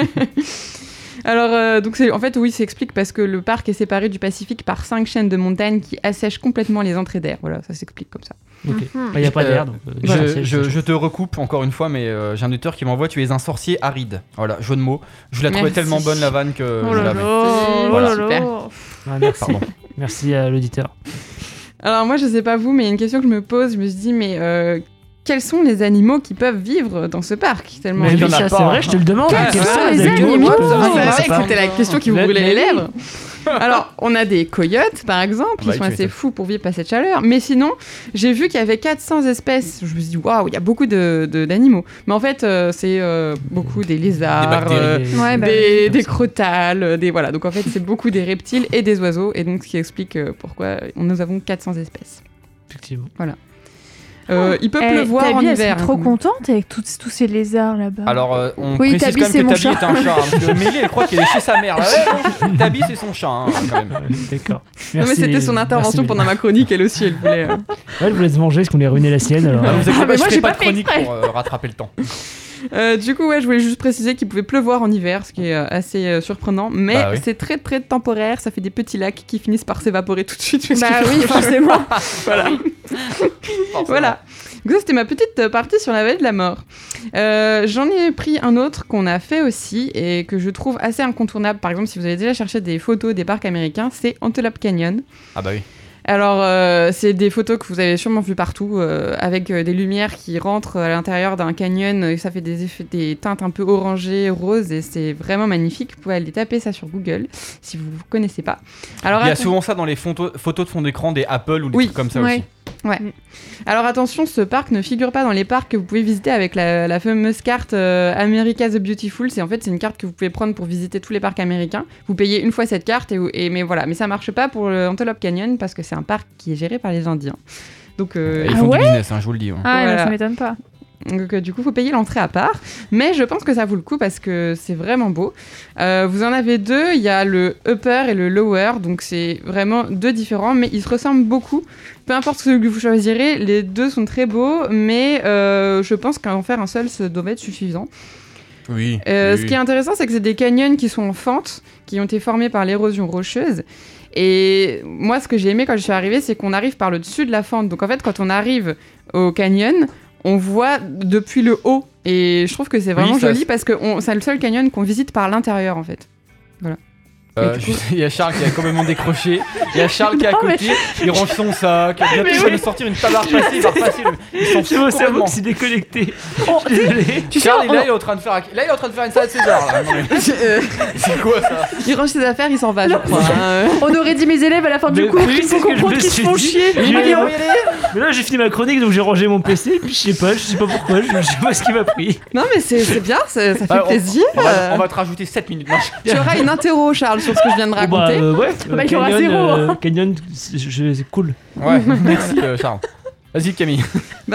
Alors, donc en fait, oui, ça explique parce que le parc est séparé du Pacifique par 5 chaînes de montagnes qui assèchent complètement les entrées d'air. Voilà, ça s'explique comme ça. Ok. Mhm. Il n'y a pas d'air. Donc, Je te recoupe encore une fois, mais j'ai un auditeur qui m'envoie tu es un sorcier aride. Voilà, jeu de mots. Je la trouvais Merci. tellement bonne la vanne que Oh je là l'avais. là, oh Voilà. là Super. là. Ah, merci. Pardon. Merci à l'auditeur. Alors moi, je sais pas vous, mais il y a une question que je me pose. Je me suis dit, mais quels sont les animaux qui peuvent vivre dans ce parc tellement Mais il y en oui, a ça, pas, c'est hein. vrai, je te le demande. Quels Quels sont sont les les animaux animaux qui peuvent Ah, vivre c'est dans vrai ce que parc c'était la question qui vous Mais- brûlait les mais oui. lèvres. Alors, on a des coyotes, par exemple, Ah bah, qui sont tu assez m'étonnes. fous pour vivre par cette chaleur. Mais sinon, j'ai vu qu'il y avait 400 espèces. Je me suis dit, waouh, il y a beaucoup d'animaux. Mais en fait, c'est beaucoup des lézards, Des bactéries. Ouais, bah, des crotales, voilà. Donc en fait, c'est beaucoup des reptiles et des oiseaux. Et donc, ce qui explique pourquoi nous avons 400 espèces. Effectivement. Il peut Eh, pleuvoir Tabi, en elle hiver. serait trop hein, contente avec tous ces lézards là-bas. Alors, on Oui, précise Tabi, quand même c'est que mon Tabi chat. est un chat. Hein, parce que Mélie, elle croit qu'elle est chez sa mère. Là. Ouais, non, Tabi, c'est son chat, hein, quand même. D'accord. Non, mais c'était son intervention pendant ma chronique, elle aussi, elle voulait. Ouais, elle voulait se venger parce qu'on lui a ruiné la sienne. Alors... Ah, vous inquiétez mais pas, je moi, ferai j'ai pas pas de fait chronique exprès. pour rattraper le temps. Du coup, ouais, je voulais juste préciser qu'il pouvait pleuvoir en hiver, ce qui est assez surprenant, mais Bah oui. c'est très très temporaire, ça fait des petits lacs qui finissent par s'évaporer tout de suite. parce Bah qu'il fait oui, trop chaud. forcément. Voilà. Voilà. Donc ça, c'était ma petite partie sur la vallée de la mort. J'en ai pris un autre qu'on a fait aussi et que je trouve assez incontournable. Par exemple, si vous avez déjà cherché des photos des parcs américains, c'est Antelope Canyon. Ah bah oui. Alors, c'est des photos que vous avez sûrement vues partout, avec des lumières qui rentrent à l'intérieur d'un canyon, et ça fait des effets, des teintes un peu orangées, roses, et c'est vraiment magnifique. Vous pouvez aller taper ça sur Google, si vous ne connaissez pas. Alors, Il y a atten- souvent ça dans les photos de fond d'écran des Apple ou des Oui. trucs comme ça Ouais. aussi. Alors attention, ce parc ne figure pas dans les parcs que vous pouvez visiter avec la fameuse carte America the Beautiful. C'est une carte que vous pouvez prendre pour visiter tous les parcs américains. Vous payez une fois cette carte, mais voilà. Mais ça marche pas pour le Antelope Canyon parce que c'est un parc qui est géré par les Indiens. Donc Ils Ah font ouais du business, hein, je vous le dis. hein. Ah, Voilà. ça m'étonne pas. Donc du coup, faut payer l'entrée à part. Mais je pense que ça vaut le coup parce que c'est vraiment beau. Vous en avez deux. Il y a le upper et le lower. Donc c'est vraiment deux différents, mais ils se ressemblent beaucoup. Peu importe ce que vous choisirez, les deux sont très beaux. Mais je pense qu'en faire un seul, ça doit être suffisant. Oui. Ce qui est intéressant, c'est que c'est des canyons qui sont en fente, qui ont été formés par l'érosion rocheuse. Et moi, ce que j'ai aimé quand je suis arrivée, c'est qu'on arrive par le dessus de la fente. Donc en fait, quand on arrive au canyon, on voit depuis le haut. Et je trouve que c'est vraiment joli parce que c'est le seul canyon qu'on visite par l'intérieur, en fait. Voilà. Il y a Charles qui a complètement décroché. Il y a Charles qui est à côté. Il range son sac. Bientôt, il va nous sortir une table à repasser. Il va repasser. Il s'en C'est fout mon cerveau complètement. qui s'est déconnecté. Désolé. Charles, il est en train de faire une salade César. Là. Non, mais- C'est quoi ça? Il range ses affaires, il s'en va, je crois. On aurait dit mes élèves à la fin du Mais cours oui, qu'il c'est faut ce que je comprendre me qu'ils se suis font dit. chier. Allez, Allez, on va y aller. Mais là, j'ai fini ma chronique, donc j'ai rangé mon PC. Puis je sais pas pourquoi. Je sais pas ce qui m'a pris. Non, mais c'est bien, ça fait Alors, plaisir. On va te rajouter 7 minutes. Non, Tu auras une interro, Charles, sur ce que je viens de raconter. Ouais. Bah, il y aura Canyon, zéro, hein. Canyon, c'est cool. Ouais, merci Charles. Vas-y Camille.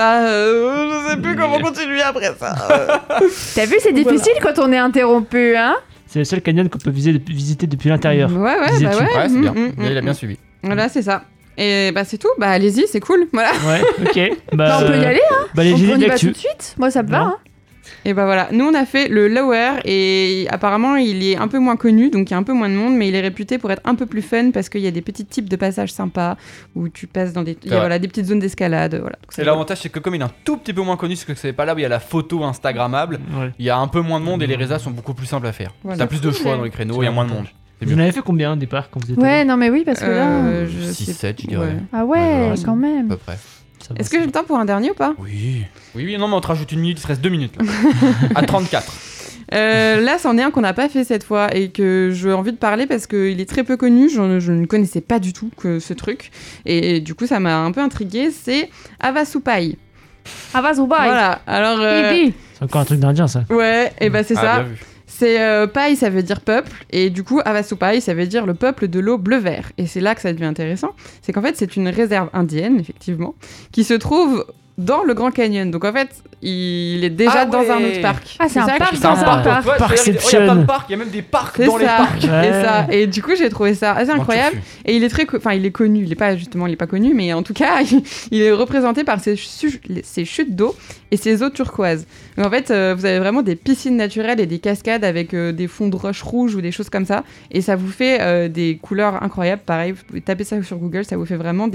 Je sais plus comment continuer après ça. T'as vu, c'est difficile quand on est interrompu, hein? C'est le seul canyon qu'on peut visiter depuis l'intérieur. Ouais, Disais-tu. bah ouais. Ouais, c'est bien. Il a mm. bien suivi. Voilà, c'est ça. Et bah c'est tout, bah allez-y, c'est cool, voilà. Ouais, ok. Bah, on peut y aller, hein? Bah, les On génies y va tout d'actu. de suite. Moi, ça me va, Non. hein? Et bah voilà, nous on a fait le lower et apparemment il est un peu moins connu, donc il y a un peu moins de monde, mais il est réputé pour être un peu plus fun parce qu'il y a des petits types de passages sympas où tu passes dans des, il y a, vrai. voilà, des petites zones d'escalade, voilà. Donc, c'est Et l'avantage, c'est que comme il est un tout petit peu moins connu, c'est que c'est pas là où il y a la photo Instagrammable, Ouais. il y a un peu moins de monde et les résas sont beaucoup plus simples à faire. Voilà. T'as plus de choix dans les créneaux, il y a moins de monde. C'est Vous en mieux. avez fait combien au départ quand vous êtes Ouais, allés non, mais oui, parce que là. je 6, sais- 7, je dirais. ouais. Ah Ouais, ouais, ouais, quand À même. peu près. Ça va, Est-ce que j'ai le temps pour un dernier ou pas? Oui. Oui, non, mais on te rajoute une minute, il te reste 2 minutes là. À 34. Là, c'en est un qu'on n'a pas fait cette fois et que j'ai envie de parler parce qu'il est très peu connu. Je ne connaissais pas du tout ce truc. Et du coup, ça m'a un peu intriguée. C'est Havasupai. Ah, vas-y, bye. Voilà. Alors, C'est encore un truc d'indien ça. ouais, et bah c'est Ah, ça. bien vu. C'est Pai, ça veut dire peuple. Et du coup, Havasupai, ça veut dire le peuple de l'eau bleu-vert. Et c'est là que ça devient intéressant. C'est qu'en fait, c'est une réserve indienne, effectivement, qui se trouve dans le Grand Canyon. Donc en fait, il est déjà Ah dans un ouais. autre parc. Ah, c'est un ça parc qui- C'est un dans un parc. parc. Ouais, c'est-à-dire, il y a Parkception. plein de parcs, il y a même des parcs C'est dans les ça. parcs. Ouais. Et ça. Et du coup, j'ai trouvé ça assez incroyable. Et il est très, enfin, il est connu. Il est pas connu, mais en tout cas, il est représenté par ses chutes d'eau et ses eaux turquoises. Donc, en fait, vous avez vraiment des piscines naturelles et des cascades avec des fonds de roches rouges ou des choses comme ça. Et ça vous fait des couleurs incroyables. Pareil, vous pouvez taper ça sur Google, ça vous fait vraiment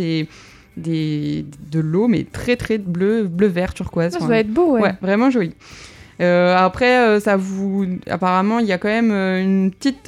de l'eau, mais très très bleu-vert turquoise. Ça Enfin, doit être beau, ouais. ouais, vraiment joli. Après, apparemment, il y a quand même une petite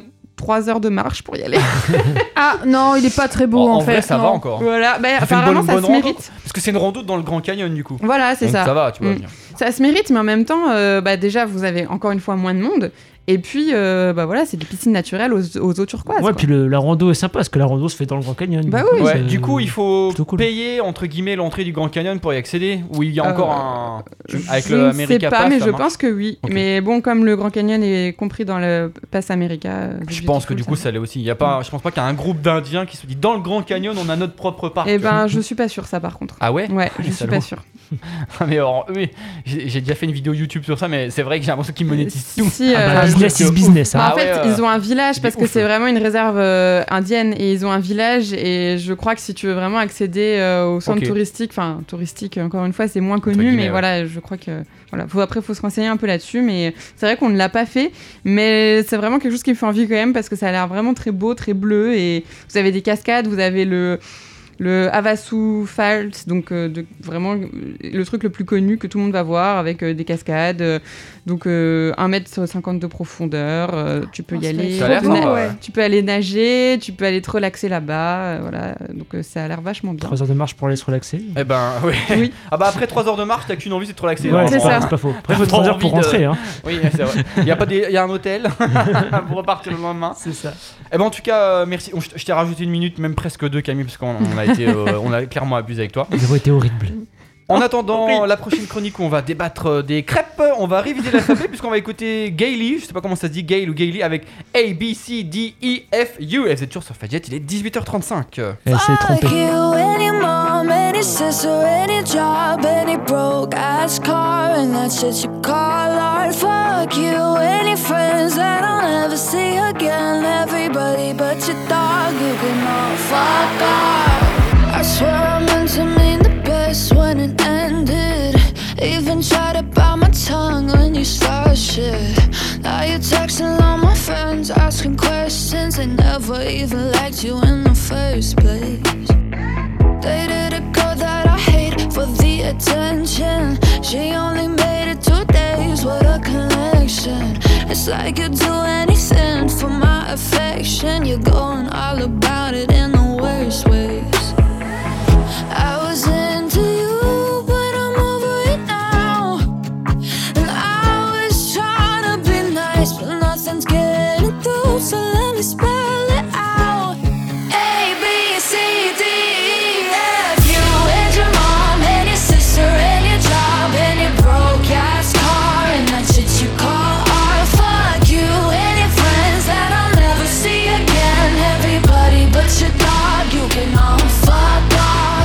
3 heures de marche pour y aller. Ah, non, il est pas très beau, En en vrai, fait. ça non. va encore. Voilà, bah, Ça fait une apparemment, bonne ça se rando. mérite. Parce que c'est une rando dans le Grand Canyon du coup. Voilà, c'est Donc ça. ça va, tu vois Mm. bien. Ça se mérite, mais en même temps, déjà, vous avez encore une fois moins de monde. Et puis, voilà, c'est des piscines naturelles aux eaux turquoises. Ouais, quoi. puis la rando est sympa parce que la rando se fait dans le Grand Canyon. Bah donc, oui. Ouais, c'est du coup, il faut plutôt cool. payer entre guillemets l'entrée du Grand Canyon pour y accéder. Ou il y a encore un. Avec je le ne America sais pas, Pass, mais ça je marche. pense que oui. Ok. Mais bon, comme le Grand Canyon est compris dans le Pass America. Je pense que du coup, ça l'est aussi. Il y a pas, je pense pas qu'il y a un groupe d'Indiens qui se dit dans le Grand Canyon, on a notre propre parc. Eh ben, je suis pas sûre, ça, par contre. Ah ouais. Ouais, je les suis salauds. pas sûre. Mais alors, oui, j'ai déjà fait une vidéo YouTube sur ça, mais c'est vrai que j'ai l'impression qu'ils monétisent tout. Si, Ah bah, euh, business is ouf. business. Hein. Bah, Ah en fait, ouais, ils ont un village parce c'est que ouf, c'est ouais. vraiment une réserve indienne et ils ont un village et je crois que si tu veux vraiment accéder au centre Ok. touristique, encore une fois, c'est moins connu, guillemets, mais ouais. voilà, je crois que voilà, faut se renseigner un peu là-dessus, mais c'est vrai qu'on ne l'a pas fait, mais c'est vraiment quelque chose qui me fait envie quand même parce que ça a l'air vraiment très beau, très bleu et vous avez des cascades, vous avez le Havasu Falls, donc vraiment le truc le plus connu que tout le monde va voir avec des cascades, donc 1,50 m de profondeur, tu peux y aller. Ça a l'air Trop sympa, beau, ouais. ouais. Tu peux aller nager, tu peux aller te relaxer là-bas, voilà, donc ça a l'air vachement bien. 3 heures de marche pour aller se relaxer. Eh ben, oui. Oui. Ah bah après 3 heures de marche, t'as qu'une envie, c'est de te relaxer. Ouais, Non, c'est non, ça. C'est pas faux. Après, il faut T'as 3 heures pour envie de- rentrer. Hein. Oui, c'est vrai. Il y a un hôtel pour repartir le lendemain. C'est ça. Eh ben en tout cas, merci. Je t'ai rajouté une minute, même presque 2, Camille, parce qu'on on a clairement abusé avec toi. Ils ont été horribles. En attendant la prochaine chronique où on va débattre des crêpes, on va réviser l'alphabet puisqu'on va écouter Gaily, je sais pas comment ça se dit, Gail ou Gaily, avec A, B, C, D, E, F, U. Et vous êtes toujours sur Fadjet, il est 18h35. Elle s'est trompée. Fuck you and your mom mom, any sister, any job, any broke ass car, and that shit you call art. Fuck you, any friends that I'll never see again. Everybody but your dog, you can all fuck off. I swear I meant to mean the best when it ended. Even tried to bite my tongue when you started shit. Now you're texting all my friends, asking questions. They never even liked you in the first place. Dated a girl that I hate for the attention. She only made it 2 days, what a connection. It's like you'd do anything for my affection. You're going all about it in the worst ways. I was into you, but I'm over it now. And I was trying to be nice, but nothing's getting through, so let me spell it out. A, B, C, D, E, F. You and your mom, and your sister, and your job, and your broke ass car, and that shit you call art. Fuck you and your friends that I'll never see again. Everybody but your dog, you can all fuck off.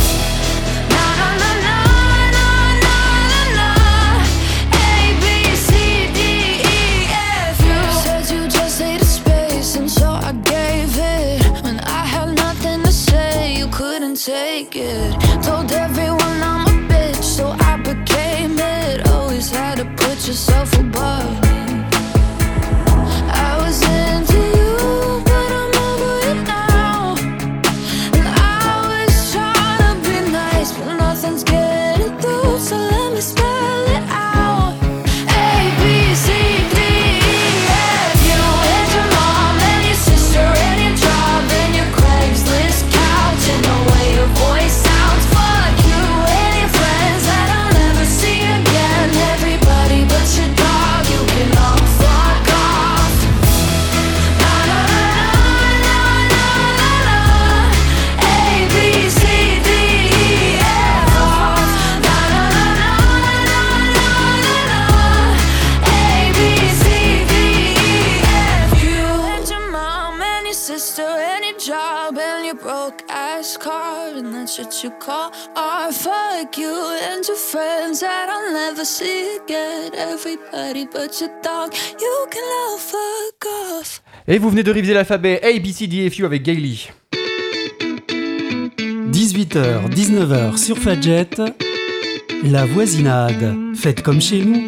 Na na na na na na na na. A, B, C, D, E, F. You said you just needed space, and so I gave it. When I had nothing to say, you couldn't take it. Told everyone I'm a bitch, so I became it. Always had to put yourself above me. I was into you, but I'm over it now. And I was trying to be nice, but nothing's getting through, so let me spell it out. A, B, C, D, E, F. You and your mom, and your sister, and your job, and your Craigslist couch, and the way your voice sounds. Fuck you and your friends that I'll never see again. Everybody but your dog, you can all fuck off. Na na na na na na na. A, B, C, D, E, F. Na na na na na na na. A, B, C, D, E, F. You and your mom and your sister and your job and your broke ass car, and that's what you call art. Fuck you and your friends that I'll never see again. Everybody but your dog, you can all fuck off. Et vous venez de réviser l'alphabet A, B, C, D, F, U avec Gaily. 18h, 19h sur Fadjet, la voisinade, faites comme chez nous.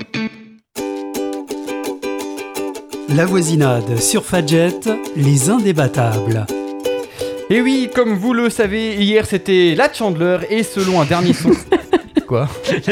La voisinade sur Fadjet, les indébattables. Et oui, comme vous le savez, hier c'était la Chandler, et selon un dernier son... Quoi ?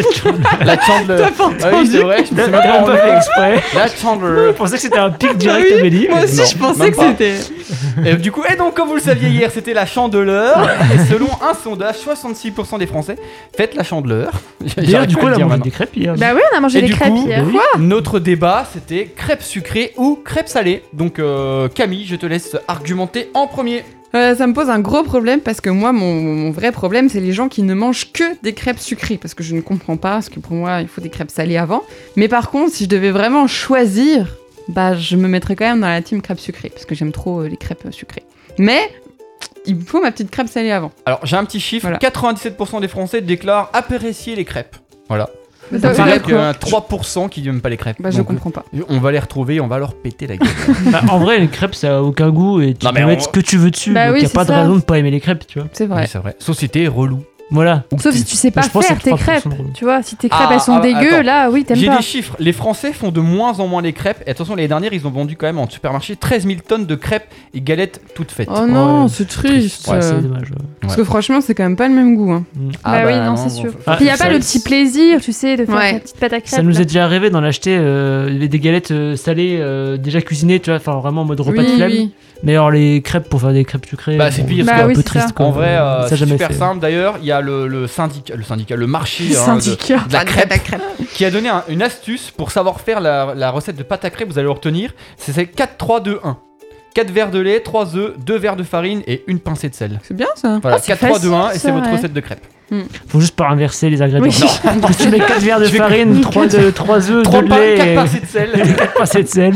La Chandler. T'as pas Ah oui, c'est vrai, je me suis même pas rendu compte. exprès. La Chandler. Je pensais que c'était un pic direct à Mélie. Moi aussi, Non, je pensais même que pas. c'était. Et du coup, et donc comme vous le saviez hier, c'était la Chandeleur. Et selon un sondage, 66% des Français fêtent la Chandeleur. D'ailleurs, du coup, là, on a mangé des crêpes hier. Bah oui, on a mangé Et des du crêpes coup, hier. oui. Notre débat, c'était crêpes sucrées ou crêpes salées. Donc Camille, je te laisse argumenter en premier. Ça me pose un gros problème parce que moi, mon vrai problème, c'est les gens qui ne mangent que des crêpes sucrées. Parce que je ne comprends pas, parce que pour moi, il faut des crêpes salées avant. Mais par contre, si je devais vraiment choisir, bah, je me mettrais quand même dans la team crêpes sucrées. Parce que j'aime trop les crêpes sucrées. Mais il me faut ma petite crêpe salée avant. Alors j'ai un petit chiffre, Voilà. 97% des Français déclarent apprécier les crêpes. Voilà. Mais Ça ça veut veut dire dire qu'il y en quoi a 3% qui n'aiment pas les crêpes. Bah, je Donc, comprends pas. on va les retrouver, on va leur péter la gueule. Bah, en vrai, les crêpes, ça a aucun goût et tu Non, mais peux on- mettre ce que tu veux dessus. Bah donc oui, y a c'est pas de ça. raison de pas aimer les crêpes, tu vois. C'est vrai. Oui, c'est vrai. Société relou. Voilà. Sauf si tu sais pas Je pense faire que tes 3% crêpes, de relou. tu vois. Si tes crêpes Ah, elles sont dégueu, attends. là, oui, t'aimes J'ai pas. des chiffres. Les Français font de moins en moins les crêpes. Et attention, l'année dernière, ils ont vendu quand même en supermarché 13 000 tonnes de crêpes et galettes toutes faites. Oh non, Ouais, c'est triste. Ouais, c'est dommage. ouais. Parce que franchement, c'est quand même pas le même goût. Hein. Bah oui, non, c'est sûr. Ah, Puis y a pas ça- le petit plaisir, tu sais, de faire Ouais. ta petite pâte à crêpes. Ça nous là. est déjà arrivé d'en acheter des galettes salées déjà cuisinées, tu vois, enfin vraiment en mode repas de Oui, flemme. oui. Mais alors les crêpes pour faire des crêpes sucrées, Bah, c'est pire. Bah c'est un oui, peu c'est triste ça. quoi. En vrai, Ça, c'est jamais super fait. simple. D'ailleurs, il y a le syndicat, le marché hein, Syndicat. de la crêpe qui a donné une astuce pour savoir faire la recette de pâte à crêpes. Vous allez le retenir. C'est 4, 3, 2, 1. 4 verres de lait, 3 œufs, 2 verres de farine et une pincée de sel. C'est bien ça. Voilà, c'est 4, 3, 2, 1 et facile, c'est ça, votre ouais. recette de crêpes. Faut juste pas inverser les ingrédients. Oui. Parce que tu mets 4 verres de Je vais- farine, 3 œufs, 3 2 de lait 4 et pincées de sel. 4 pincées de sel.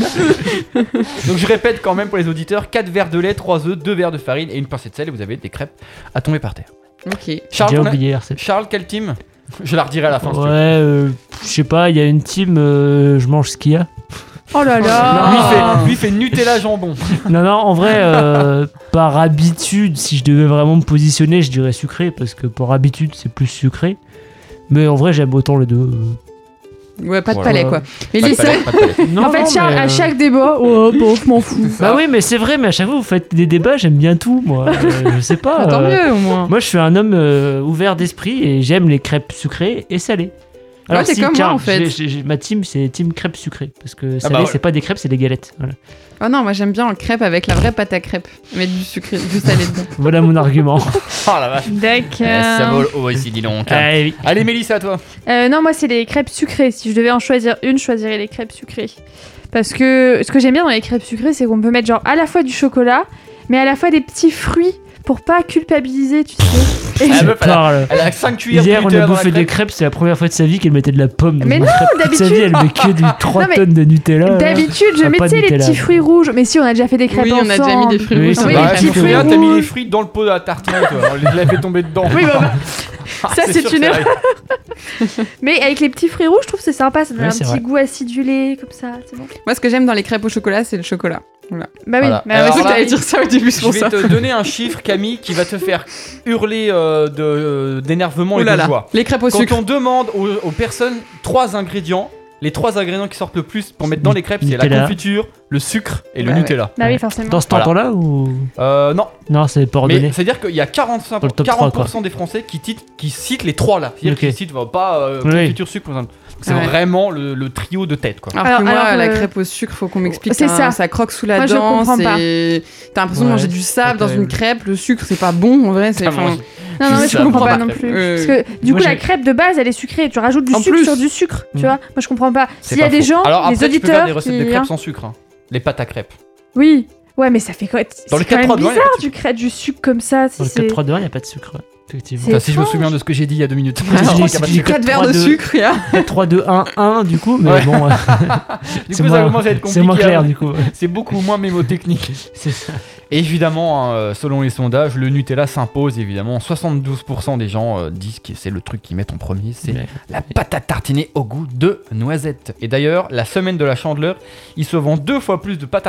Donc je répète quand même pour les auditeurs, 4 verres de lait, 3 œufs, 2 verres de farine et une pincée de sel et vous avez des crêpes à tomber par terre. Ok. Charles, J'ai on a- oublié RC. Charles, quelle team? Je la redirai à la fin. si tu Ouais, veux. je sais pas, il y a une team, je mange ce qu'il y a. Oh là là. Lui, il fait Nutella jambon. Non, en vrai, par habitude, si je devais vraiment me positionner, je dirais sucré, parce que par habitude, c'est plus sucré. Mais en vrai, j'aime autant les deux. Ouais, pas de Voilà. palais quoi. Mais Pas de Lisa, palais, pas de palais. Non, En fait, non, Charles, mais, à chaque débat, oh, bon, je m'en fous. Bah oui, mais c'est vrai, mais à chaque fois, vous faites des débats, j'aime bien tout, moi. Je sais pas. tant mieux au moins. Moi, je suis un homme ouvert d'esprit et j'aime les crêpes sucrées et salées. Ouais, t'es comme moi, en fait. Ma team, c'est team crêpes sucrées. Parce que salé, bah ouais. c'est pas des crêpes, c'est des galettes. Voilà, Oh non, moi j'aime bien en crêpe avec la vraie pâte à crêpes. Mettre du sucré, du salé dedans. Voilà mon argument. Oh la vache. Ça D'accord. vole haut ici, dis donc. Allez, oui. Allez, Mélissa, à toi. Non, moi, c'est les crêpes sucrées. Si je devais en choisir une, je choisirais les crêpes sucrées. Parce que ce que j'aime bien dans les crêpes sucrées, c'est qu'on peut mettre genre à la fois du chocolat, mais à la fois des petits fruits pour pas culpabiliser, tu sais. Et- Ah, Je meuf, parle. Elle a 5 cuillères Hier, de on Nutella a dans la bouffé des crêpe. crêpes, c'est la première fois de sa vie qu'elle mettait de la pomme dans Mais une non, crêpe. Toute sa d'habitude- vie, elle met que du 3 Non, mais- tonnes de Nutella. là. D'habitude, je Ah, pas de mettais les Nutella. petits fruits rouges. Mais si, on a déjà fait des crêpes Oui, on a déjà mis des fruits Oui, rouges. c'est dans Oui, les Bah, les crêpes. tu te petits souviens, fruits t'as mis rouges. les frites dans le pot de la tartine, toi. On l'avait tombé dedans. Oui, bah, Ah, ça, c'est sûr une que erreur. Mais avec les petits fruits rouges, je trouve que c'est sympa. Ça donne Ouais, un c'est petit vrai. goût acidulé, comme ça. C'est bon. Moi, ce que j'aime dans les crêpes au chocolat, c'est le chocolat. Bah oui. Voilà. Mais Alors Je sais que là, t'allais dire ça au début, c'est Je pour vais ça. te donner un chiffre, Camille, qui va te faire hurler d'énervement Oh et là de là. joie. Les crêpes au Quand sucre. on demande aux personnes 3 ingrédients, les 3 ingrédients qui sortent le plus pour mettre dans les crêpes, c'est la Nutella. confiture, le sucre et le Bah ouais. Nutella. Bah oui, forcément. Dans cet Voilà. temps-là ou. Non, Non, c'est pas mais ordonné. c'est-à-dire qu'il y a 45, Dans le top 3, 40% des Français qui citent les 3 là. C'est-à-dire Ok. qu'ils citent pas Oui. confiture, sucre, par exemple. C'est Ouais. vraiment le trio de tête, quoi. Alors que moi, Alors, la crêpe au sucre, faut qu'on m'explique. c'est ça. Ça croque sous la Moi, je dent. comprends pas. T'as l'impression de Ouais, manger du sable c'est dans une terrible. crêpe. Le sucre, c'est pas bon en vrai. C'est. Ah, enfin, moi, Non, non, mais je Ça comprends prend pas la non crêpe. plus. Euh, Parce que du moi, coup, la j'ai- crêpe de base, elle est sucrée. Tu rajoutes du En sucre plus. sur du sucre, tu Mm. vois. Moi, je comprends pas. C'est S'il y a pas des faux. gens, Alors les après, tu peux faire auditeurs des recettes de qui. crêpes sans sucre. Hein. Les pâtes à crêpes. Oui. Ouais, mais ça fait quoi? Dans le C'est quand 4-3 même de vin, il y a bizarre pas de du crêpe du sucre comme ça. Dans le C'est 4-3 de 1, il n'y a pas de sucre. Ouais. Effectivement. C'est Enfin, si je me étrange. souviens de ce que j'ai dit il y a 2 minutes. Ah, Je crois j'ai- qu'il y a pas de j'ai- sucre. 4 verres de 3, 2. sucre, il y a. 3-2-1-1 du coup, mais Ouais. bon, Du c'est coup, ça moins, commence à être c'est moins compliqué. clair hein. du coup. C'est beaucoup moins mémotechnique. C'est ça. Et évidemment, hein, selon les sondages, le Nutella s'impose évidemment. 72% des gens disent que c'est le truc qu'ils mettent en premier, c'est Mais- la pâte à tartiner au goût de noisette. Et d'ailleurs, la semaine de la Chandeleur, ils se vendent 2 fois plus de pâte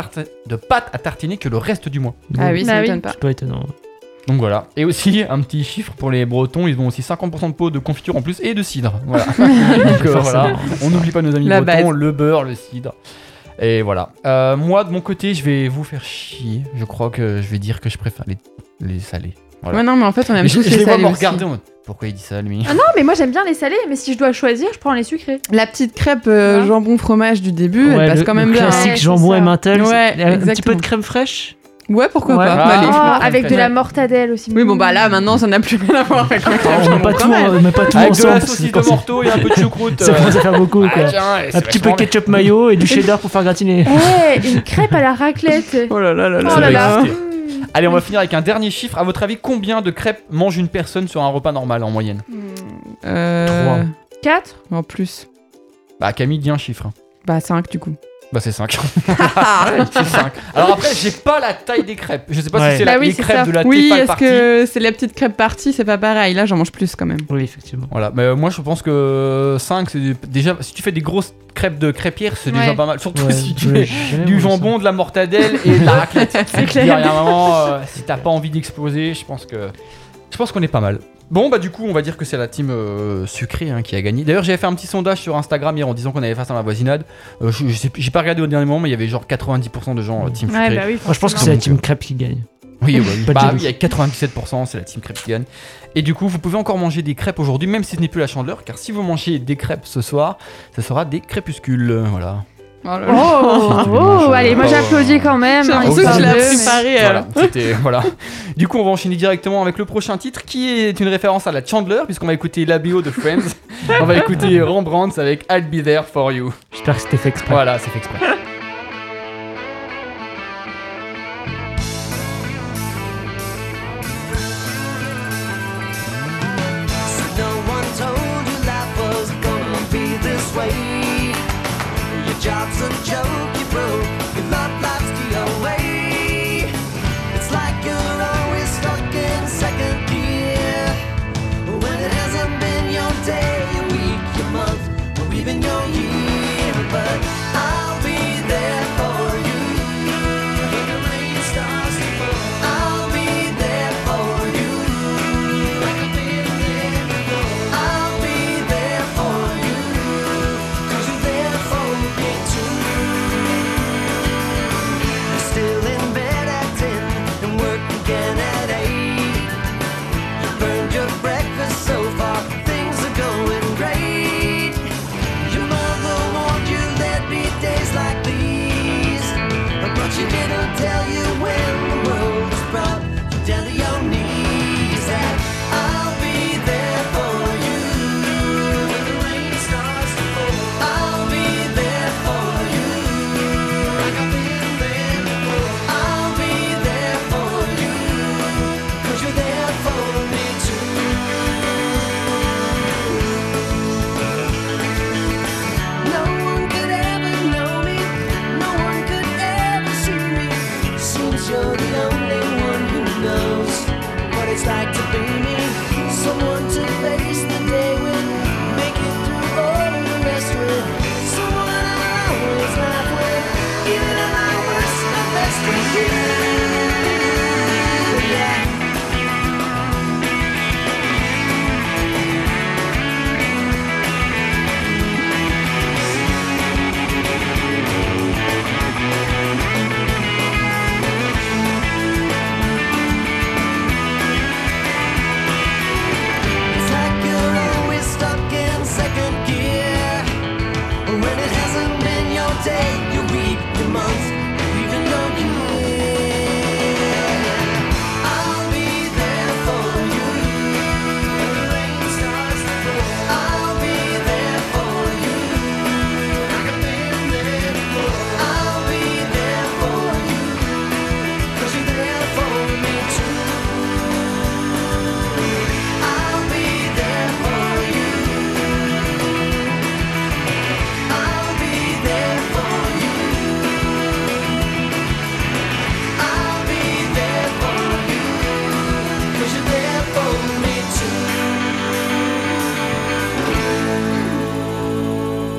à tartiner que le reste du mois. Ah oui, Bah ça oui. m'étonne pas. C'est pas étonnant. Donc voilà. Et aussi, un petit chiffre pour les Bretons, ils ont aussi 50% de pots de confiture en plus et de cidre. Voilà. Donc Forcément. voilà, on n'oublie pas nos amis La bretons, base. le beurre, le cidre. Et voilà. Moi, de mon côté, je vais vous faire chier. Je crois que je vais dire que je préfère les salés. Voilà. Ouais, non, mais en fait, on aime Mais je tous les les vois salés me aussi. regarder en mode, pourquoi il dit ça lui? Ah non, mais moi j'aime bien les salés, mais si je dois choisir, je prends les sucrés. La petite crêpe Ouais. jambon fromage du début, elle Ouais, passe le- quand le même bien. classique Ouais, c'est jambon ça. et mental. Ouais, un petit peu exactement. de crème fraîche. Ouais, pourquoi Ouais. pas. Ah, Allez. oui. Oh, avec de Ouais. la mortadelle aussi. Oui, bon, bah là, maintenant, ça n'a plus rien à voir avec la crêpe On met jambon pas tout, quand même. on met pas tout Avec de ensemble. la parce que saucisse quand de morteau et un peu de choucroute. ça commence à faire beaucoup Ah, quoi. tiens, Un petit peu ketchup mayo et du cheddar pour faire gratiner. Eh, une crêpe à la raclette. Oh là là là Oh là là là. là. Allez, on va finir avec un dernier chiffre. À votre avis, combien de crêpes mange une personne sur un repas normal en moyenne? 3. 4. En plus. Bah, Camille dit un chiffre. Bah, 5 du coup. Bah, c'est 5. C'est 5. Alors après, j'ai pas la taille des crêpes. Je sais pas Ouais. si c'est Bah oui, les c'est crêpes ça. de la Oui, Tefal est-ce partie. que c'est la petite crêpe partie? C'est pas pareil. Là, j'en mange plus quand même. Oui, effectivement. Voilà, mais moi je pense que 5, c'est déjà. Si tu fais des grosses crêpes de crêpière, c'est déjà Ouais. pas mal. Surtout Ouais, si tu ouais, mets j'ai jamais du mangé ça. jambon, de la mortadelle et de la raclette. C'est Il y a clair. un moment, si t'as pas envie d'exploser, je pense qu'on est pas mal. Bon, bah du coup, on va dire que c'est la team sucrée hein, qui a gagné. D'ailleurs, j'avais fait un petit sondage sur Instagram hier en disant qu'on avait face à la voisinade. J'ai pas regardé au dernier moment, mais il y avait genre 90% de gens team sucrée. Ouais, bah oui. Moi, je pense que c'est la team crêpe qui gagne. Oui, Pas de bah jaloux. oui, avec 97%, c'est la team crêpe qui gagne. Et du coup, vous pouvez encore manger des crêpes aujourd'hui, même si ce n'est plus la Chandeleur, car si vous mangez des crêpes ce soir, ça sera des crépuscules. Voilà. Oh là là. Oh, tu veux manger, oh, allez, moi pas, j'applaudis quand même. J'ai hein, l'impression que histoire je l'ai de, mais- préparé. Voilà, c'était voilà. Du coup, on va enchaîner directement avec le prochain titre, qui est une référence à la Chandler, puisqu'on va écouter la BO de Friends. On va écouter Rembrandt avec I'll Be There For You. J'espère que c'était fait exprès. Voilà, c'est fait exprès. No one told you life was gonna be this way. Your job's a joke, you broke. Your love life's the away. It's like you're always stuck in second gear.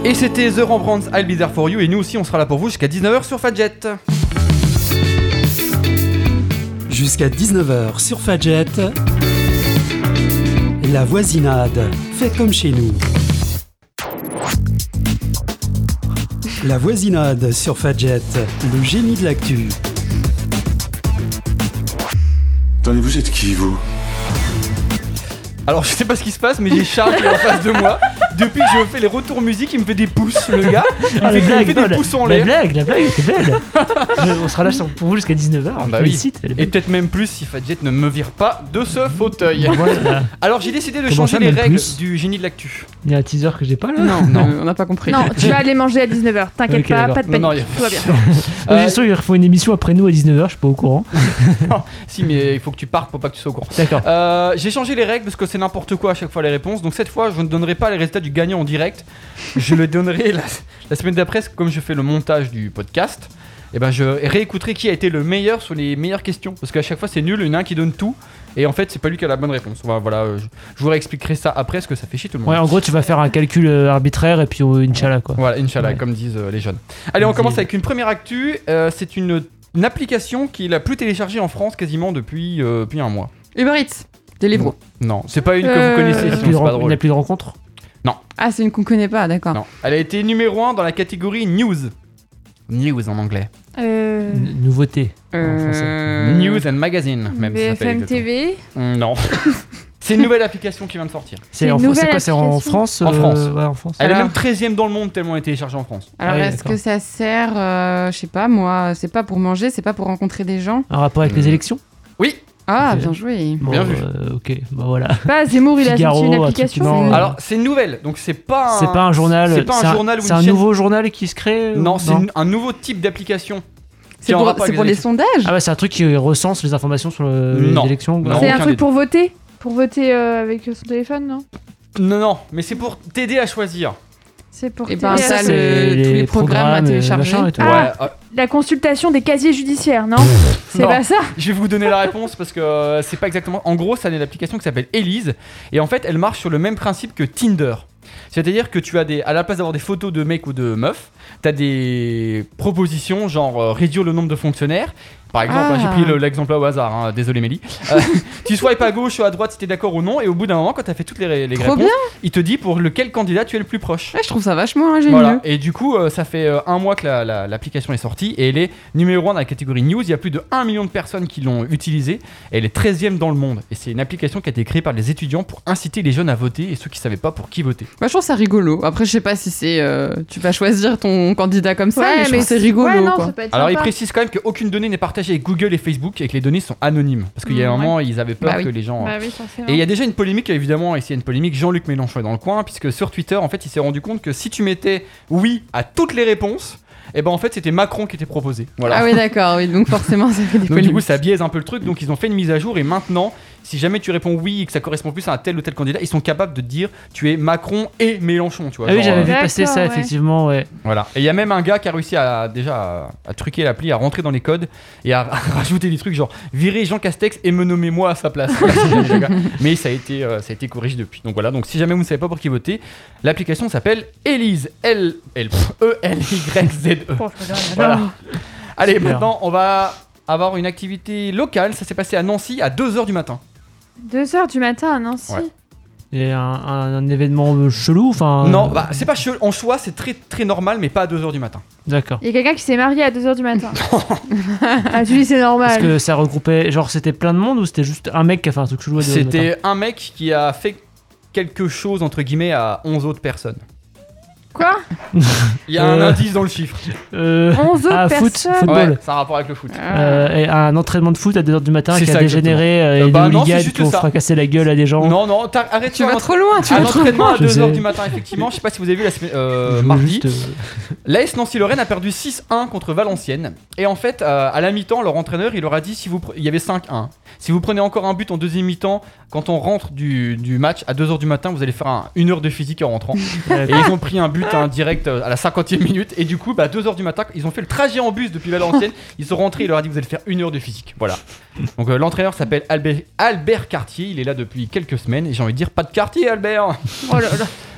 Et c'était The Rembrandts, I'll Be There For You, et nous aussi on sera là pour vous jusqu'à 19h sur Fadjet. Jusqu'à 19h sur Fadjet, la voisinade, fait comme chez nous. La voisinade sur Fadjet, le génie de l'actu. Attendez, vous êtes qui, vous? Alors je sais pas ce qui se passe, mais j'ai Charles qui est en face de moi. Depuis que je fais les retours musique, il me fait des pouces, le gars. Il me fait des pouces en l'air. La blague était belle. On sera là pour vous jusqu'à 19h. Bah oui. Et peut-être même plus si Fadjet ne me vire pas de ce fauteuil. Voilà. Alors j'ai décidé de Comment changer ça, les même règles plus du génie de l'actu. Il y a un teaser que j'ai pas là. Non, on n'a pas compris. Non, tu vas aller manger à 19h, t'inquiète Ok, pas, d'accord. pas de panique, Non, non, tout va bien. J'ai sûr qu'il faut une émission après nous à 19h, je suis pas au courant. Si, mais il faut que tu partes pour pas que tu sois au courant. D'accord. J'ai changé les règles parce que c'est n'importe quoi à chaque fois les réponses. Donc cette fois, je ne donnerai pas les résultats du gagnant en direct. Je le donnerai la semaine d'après, comme je fais le montage du podcast. Et ben je réécouterai qui a été le meilleur sur les meilleures questions. Parce qu'à chaque fois c'est nul, il y en a un qui donne tout. Et en fait c'est pas lui qui a la bonne réponse. Voilà, je vous réexpliquerai ça après parce que ça fait chier tout le monde. Ouais, en gros, tu vas faire un calcul arbitraire et puis Inch'Allah quoi. Voilà, Inch'Allah, Ouais. comme disent les jeunes. Allez, on commence avec une première actu. C'est une application qui est la plus téléchargée en France quasiment depuis un mois. Uber Eats, Deliveroo. Non, c'est pas une que vous connaissez, sinon c'est pas Il n'y drôle. a plus de rencontres. Ah, c'est une qu'on connaît pas, d'accord. Non, elle a été numéro 1 dans la catégorie News. News en anglais. Nouveauté. en français. News and Magazine, même si ça s'appelle BFM exactement. TV. Non. C'est une nouvelle application qui vient de sortir. C'est C'est une en nouvelle c'est quoi, c'est en application France En France. Ouais, en France. Elle est Alors- même 13ème dans le monde tellement elle est téléchargée en France. Alors, Ah oui, est-ce d'accord. que ça sert, je sais pas, moi, c'est pas pour manger, c'est pas pour rencontrer des gens? Un rapport avec les élections. Oui. Ah, Ok. bien joué. Bien vu. Ok, bah voilà. Pas Zemmour, il a Figaro, sorti une un truc application. qui vend- Alors c'est une nouvelle, donc c'est pas. C'est pas un journal. C'est pas un journal ou C'est une un chaîne. nouveau journal qui se crée. Non, c'est un nouveau type d'application. C'est en pour, rapport c'est avec pour les les élections. sondages? Ah ouais, c'est un truc qui recense les informations sur Non. les élections. Non. C'est un aucun des truc deux. pour voter? Pour voter avec son téléphone, non? Non, mais c'est pour t'aider à choisir. C'est pour Et t'aider ben à- ça, c'est tous les programmes à télécharger. machin et tout. Ah. Ouais, La consultation des casiers judiciaires, non? C'est Non. pas ça? je vais vous donner la réponse parce que c'est pas exactement. En gros, ça a une application qui s'appelle Elise et en fait, elle marche sur le même principe que Tinder. C'est-à-dire que tu as à la place d'avoir des photos de mecs ou de meufs, t'as des propositions genre réduire le nombre de fonctionnaires. Par exemple, Ah. j'ai pris l'exemple au hasard, hein, désolé Mélie. Tu swipes à gauche ou à droite si t'es d'accord ou non, et au bout d'un moment, quand t'as fait toutes les Trop réponses, bien. il te dit pour lequel candidat tu es le plus proche. Ouais, je trouve ça vachement ingénieux. Voilà, et du coup, ça fait un mois que l'application est sortie et elle est numéro 1 dans la catégorie News. Il y a plus de 1 million de personnes qui l'ont utilisée. Elle est 13ème dans le monde. Et c'est une application qui a été créée par les étudiants pour inciter les jeunes à voter et ceux qui savaient pas pour qui voter. Moi, je trouve ça rigolo. Après, je sais pas si c'est. Tu vas choisir ton candidat comme ça, mais je trouve que c'est rigolo. Ouais, non, quoi. ça peut être Alors, il sympa. précise quand même qu'aucune donnée n'est partagée avec Google et Facebook et que les données sont anonymes. Parce qu'il y a un Ouais. moment, ils avaient peur Bah oui. que les gens. Bah oui, forcément. Et il y a déjà une polémique, évidemment, et s'il y a une polémique, Jean-Luc Mélenchon est dans le coin, puisque sur Twitter, en fait, il s'est rendu compte que si tu mettais oui à toutes les réponses, et ben en fait, c'était Macron qui était proposé. Voilà. Ah oui, d'accord, oui, donc forcément, ça fait des Donc du polémiques. coup ça biaise un peu le truc, donc ils ont fait une mise à jour et maintenant si jamais tu réponds oui et que ça correspond plus à un tel ou tel candidat, ils sont capables de te dire tu es Macron et Mélenchon, tu vois. Ah oui, genre, j'avais vu D'accord, passer ça ouais. effectivement, ouais. voilà. Et il y a même un gars qui a réussi à truquer l'appli, à rentrer dans les codes et à rajouter des trucs genre virer Jean Castex et me nommer moi à sa place. Voilà, c'est bien, les gars. Mais ça a été corrigé depuis. Donc voilà, donc si jamais vous ne savez pas pour qui voter, l'application s'appelle Elise, E-L-Y-Z-E. Bon, je regarde. Voilà. Allez, Super. maintenant on va avoir une activité locale, ça s'est passé à Nancy à 2h du matin. 2h du matin à Nancy. Ouais. Et un événement chelou, enfin. Non, bah c'est pas chelou. En choix, c'est très très normal, mais pas à 2h du matin. D'accord. Il y a quelqu'un qui s'est marié à 2h du matin. Ah, tu dis c'est Est-ce normal. que ça regroupait, genre c'était plein de monde ou c'était juste un mec qui a fait un truc chelou à 2h du matin? C'était un mec qui a fait quelque chose entre guillemets à 11 autres personnes. Quoi? Il y a un indice dans le chiffre. 11 autres Ah, personnes. football. Ouais, ça a un rapport avec le foot. Et un entraînement de foot à 2h du matin C'est qui a ça, dégénéré et bah des non, c'est hooligans juste qui ont ça. fracassé la gueule à des gens. Non, non, arrête. Tu vas trop loin, tu À vas trop l'entraînement à Je 2h sais. du matin, effectivement. Je sais pas si vous avez vu la semaine, Je voulais mardi. juste, L'AS Nancy-Lorraine a perdu 6-1 contre Valenciennes. Et en fait, à la mi-temps, leur entraîneur, il leur a dit il y avait 5-1. Si vous prenez encore un but en deuxième mi-temps, quand on rentre du match à 2h du matin, vous allez faire 1 heure de physique en rentrant. Et ils ont pris un but direct à la 50e minute. Et du coup, bah, 2h du matin, ils ont fait le trajet en bus depuis Valenciennes. Ils sont rentrés, il leur a dit vous allez faire 1 heure de physique. Voilà. Donc l'entraîneur s'appelle Albert Cartier. Il est là depuis quelques semaines. Et j'ai envie de dire pas de quartier, Albert. Oh là là.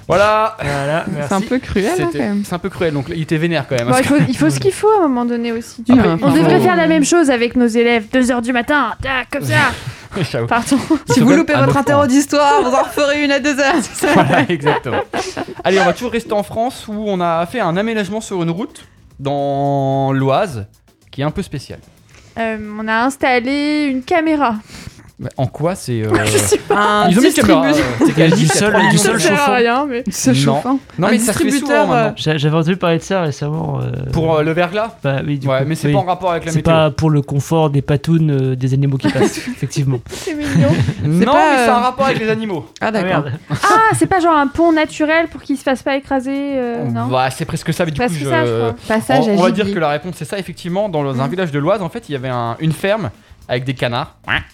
Voilà. Voilà, merci. C'est un peu cruel, hein, quand même. C'est un peu cruel, donc il était vénère quand même. Bon, il faut ce qu'il faut à un moment donné aussi. Ouais, On enfin, devrait faut- faire la même chose avec nos élèves. 2h du matin, tac, comme ça. Ciao. Pardon. Si vous loupez Un votre autre interro point. d'histoire, vous en referez une à 2h. c'est ça Voilà, exactement. Allez, on va toujours rester en France où on a fait un aménagement sur une route dans l'Oise qui est un peu spécial. On a installé une caméra. En quoi c'est Un Ils ont mis une caméra. distributeur. C'est qu'elle dit Du qu'il y a sol- 3 du millions sol de- Ça sert à chauffant. rien, mais... Se Non. chauffant. Non, Un mais ça se fait souvent distributeur, maintenant. J'avais entendu parler de ça récemment. Pour le verglas. Bah oui, du Ouais, coup, mais c'est oui. pas en rapport avec la C'est météo. pas pour le confort des patounes des animaux qui passent, effectivement. C'est mignon. Non, pas, mais c'est un rapport avec les animaux. Ah, d'accord. Ah, c'est pas genre un pont naturel pour qu'il se fasse pas écraser, non Bah, c'est presque ça, mais du coup, Presque ça, je crois. Passage à on va Gibli. dire que la réponse c'est ça. Effectivement, dans un village de l'Oise, en fait, il y avait une ferme avec des canards.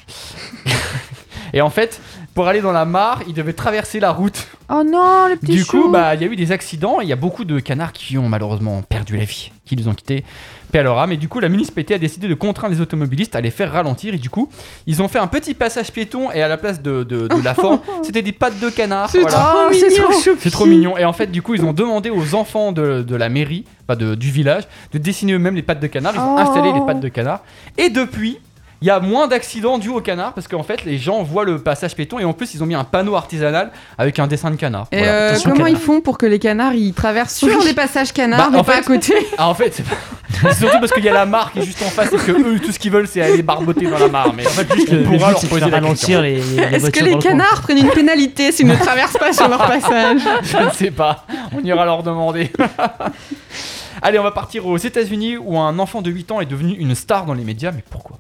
Et en fait, pour aller dans la mare, ils devaient traverser la route. Oh non, le petit Du chou. coup, bah, il y a eu des accidents. Et il y a beaucoup de canards qui ont malheureusement perdu la vie, qui nous ont quittés. Paix à leur âme. Et du coup, la municipalité a décidé de contraindre les automobilistes à les faire ralentir. Et du coup, ils ont fait un petit passage piéton. Et à la place de la forme, c'était des pattes de canard. Voilà. Oh, c'est trop choupi. C'est trop mignon. Et en fait, du coup, ils ont demandé aux enfants de la mairie, enfin du village, de dessiner eux-mêmes les pattes de canard. Ils ont Oh. installé les pattes de canard. Et depuis, il y a moins d'accidents dus au canard parce qu'en fait, les gens voient le passage piéton et en plus, ils ont mis un panneau artisanal avec un dessin de canard. Et Voilà. attention, comment canard. ils font pour que les canards ils traversent sur des passages canards, Bah, mais en pas fait- à côté? Ah, en fait, c'est surtout parce qu'il y a la mare qui est juste en face et que eux, tout ce qu'ils veulent, c'est aller barboter dans la mare. Mais en fait, juste, Le on but, pourra leur c'est de poser faire la ralentir question. les Est-ce que voitures les dans le coin. canards prennent une pénalité s'ils ne traversent pas sur leur passage? Je ne sais pas. On ira leur demander. Allez, on va partir aux États-Unis où un enfant de 8 ans est devenu une star dans les médias. Mais pourquoi?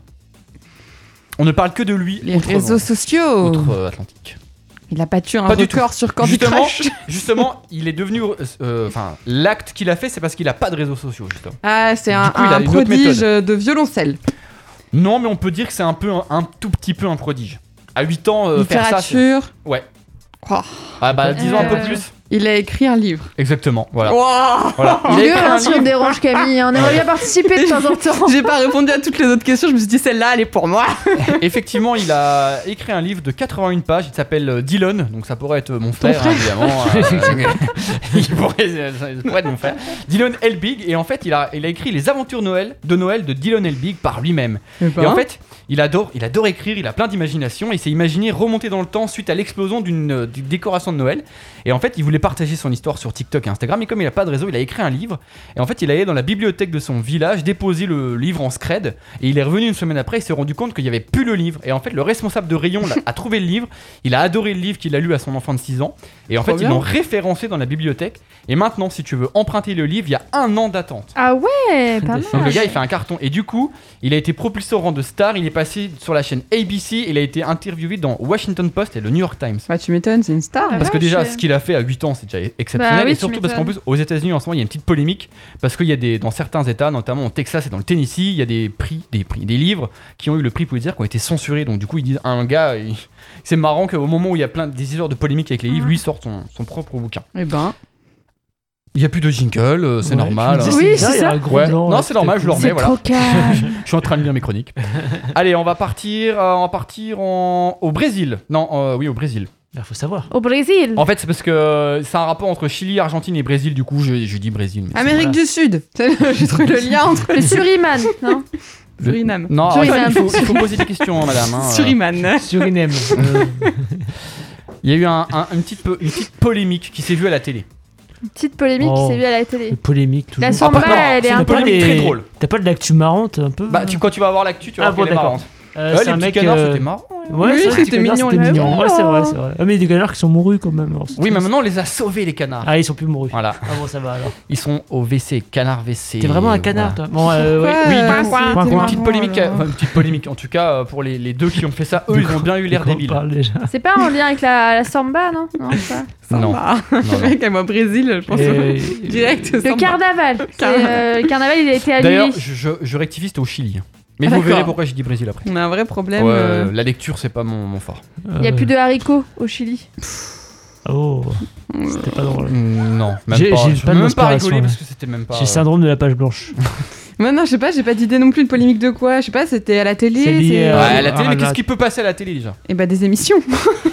On ne parle que de lui. Les réseaux sociaux. Outre-Atlantique. Il a pas tué un Pas du tout. record sur Candy Justement, Crush. justement, il est devenu. Enfin, l'acte qu'il a fait, c'est parce qu'il a pas de réseaux sociaux, justement. Ah, c'est Du un, coup, il a un une autre prodige de violoncelle. Non, mais on peut dire que c'est un tout petit peu un prodige. À 8 ans, faire ça. c'est- Littérature. Ouais. Oh. Ah bah, disons un peu Ouais. plus. Il a écrit un livre. Exactement, voilà. Wow. Voilà. Il a Gueule, écrit hein, un si on livre. dérange Camille, hein. On aimerait bien participer de temps en temps. J'ai pas répondu à toutes les autres questions, je me suis dit celle-là elle est pour moi. Effectivement, il a écrit un livre de 81 pages. Il s'appelle Dylan, donc ça pourrait être mon frère, hein, évidemment. Il pourrait être mon frère. Dylan Elbig, et en fait, il a écrit les aventures de Noël de Dylan Elbig par lui-même. Et en fait, il adore écrire, il a plein d'imagination et il s'est imaginé remonter dans le temps suite à l'explosion d'une décoration de Noël. Et en fait, il voulait partager son histoire sur TikTok et Instagram. Et comme il n'a pas de réseau, il a écrit un livre. Et en fait, il est allé dans la bibliothèque de son village, déposer le livre en scred. Et il est revenu une semaine après, il s'est rendu compte qu'il n'y avait plus le livre. Et en fait, le responsable de rayon a trouvé le livre. Il a adoré le livre qu'il a lu à son enfant de 6 ans. Et en Trop fait, ils bien. l'ont référencé dans la bibliothèque. Et maintenant, si tu veux emprunter le livre, il y a 1 an d'attente. Ah ouais, pas mal. Donc le gars il fait un carton et du coup il a été propulsé au rang de star, il est passé sur la chaîne ABC, il a été interviewé dans Washington Post et le New York Times. Bah tu m'étonnes, c'est une star. Ah, Parce que vache. déjà ce qu'il a fait à 8 ans c'est déjà exceptionnel Bah oui, et tu surtout parce qu'en m'étonnes. plus aux États-Unis en ce moment il y a une petite polémique parce qu'il y a dans certains états notamment au Texas et dans le Tennessee il y a des livres qui ont eu le prix Pulitzer qui ont été censurés, donc du coup ils disent un gars c'est marrant qu'au moment où il y a plein des histoires de polémiques avec les livres lui sort son propre bouquin. Eh ben, Il n'y a plus de jingle, c'est Ouais, normal. je me disais, Oui, bizarre, c'est il y a ça. un gros Ouais. blanc, Non, là, c'est tout à normal, coup. je le remets, C'est voilà. trop calme. Je suis en train de lire mes chroniques. Allez, on va partir au Brésil. Non, oui, au Brésil. Il faut savoir. Au Brésil. En fait, c'est parce que c'est un rapport entre Chili, Argentine et Brésil. Du coup, je dis Brésil. mais Amérique du Sud. J'ai trouvé le lien entre Le Suriname, non c'est- Suriname. Non, Suriname. il faut poser des questions, hein, madame. hein. Suriname. Suriname. Il y a eu une petite polémique qui s'est vue à la télé. Une petite polémique Oh. qui s'est vue à la télé. Polémique toujours. La samba, Ah, non, elle est c'est un une peu... polémique très drôle. T'as pas de l'actu marrante un peu Bah, quand tu vas voir l'actu, tu vas Ah, voir qu'elle est bon, d'accord. marrante. C'est les un petits mec. canards, c'était marrant. Ouais, Oui, c'est vrai, c'était les canards, mignon, C'était là. mignon. Ouais, c'est Oh. vrai, c'est vrai. Ah, mais il y a des canards qui sont mourus quand même. alors, c'est Oui, mais triste. maintenant, on les a sauvés, les canards. Ah, ils sont plus mourus. Voilà. Ah bon, ça va alors. Ils sont au WC, canard WC. T'es vraiment un canard, Voilà. toi. Bon, Pourquoi oui, euh, du coup, c'était point, marrant, Une petite polémique, alors une petite polémique en tout cas pour les deux qui ont fait ça. Eux, ils ont bien eu l'air De quoi on débiles. parle déjà. C'est pas en lien avec la samba, non Non, pas. Non, Samba. non, Le non. mec, à moi, Brésil, je pense. Et- Direct. Le samba. carnaval. Le carnaval, il a été D'ailleurs, annulé. je rectifie, c'était au Chili. Mais Ah, vous d'accord. verrez pourquoi j'ai dit Brésil après. On a un vrai problème. Ouais, la lecture, c'est pas mon fort. Il n'y a plus de haricots au Chili. Oh, c'était pas drôle. Non, même J'ai- pas. j'ai Je pas peux même pas d'inspiration, rigoler là. parce que c'était même pas. J'ai le syndrome de la page blanche. Ouais, non, je sais pas, j'ai pas d'idée non plus de polémique de quoi. Je sais pas, c'était à la télé. C'est lié Ouais, à- à la télé, mais Ah, qu'est-ce là. qui peut passer à la télé déjà? Et bah des émissions.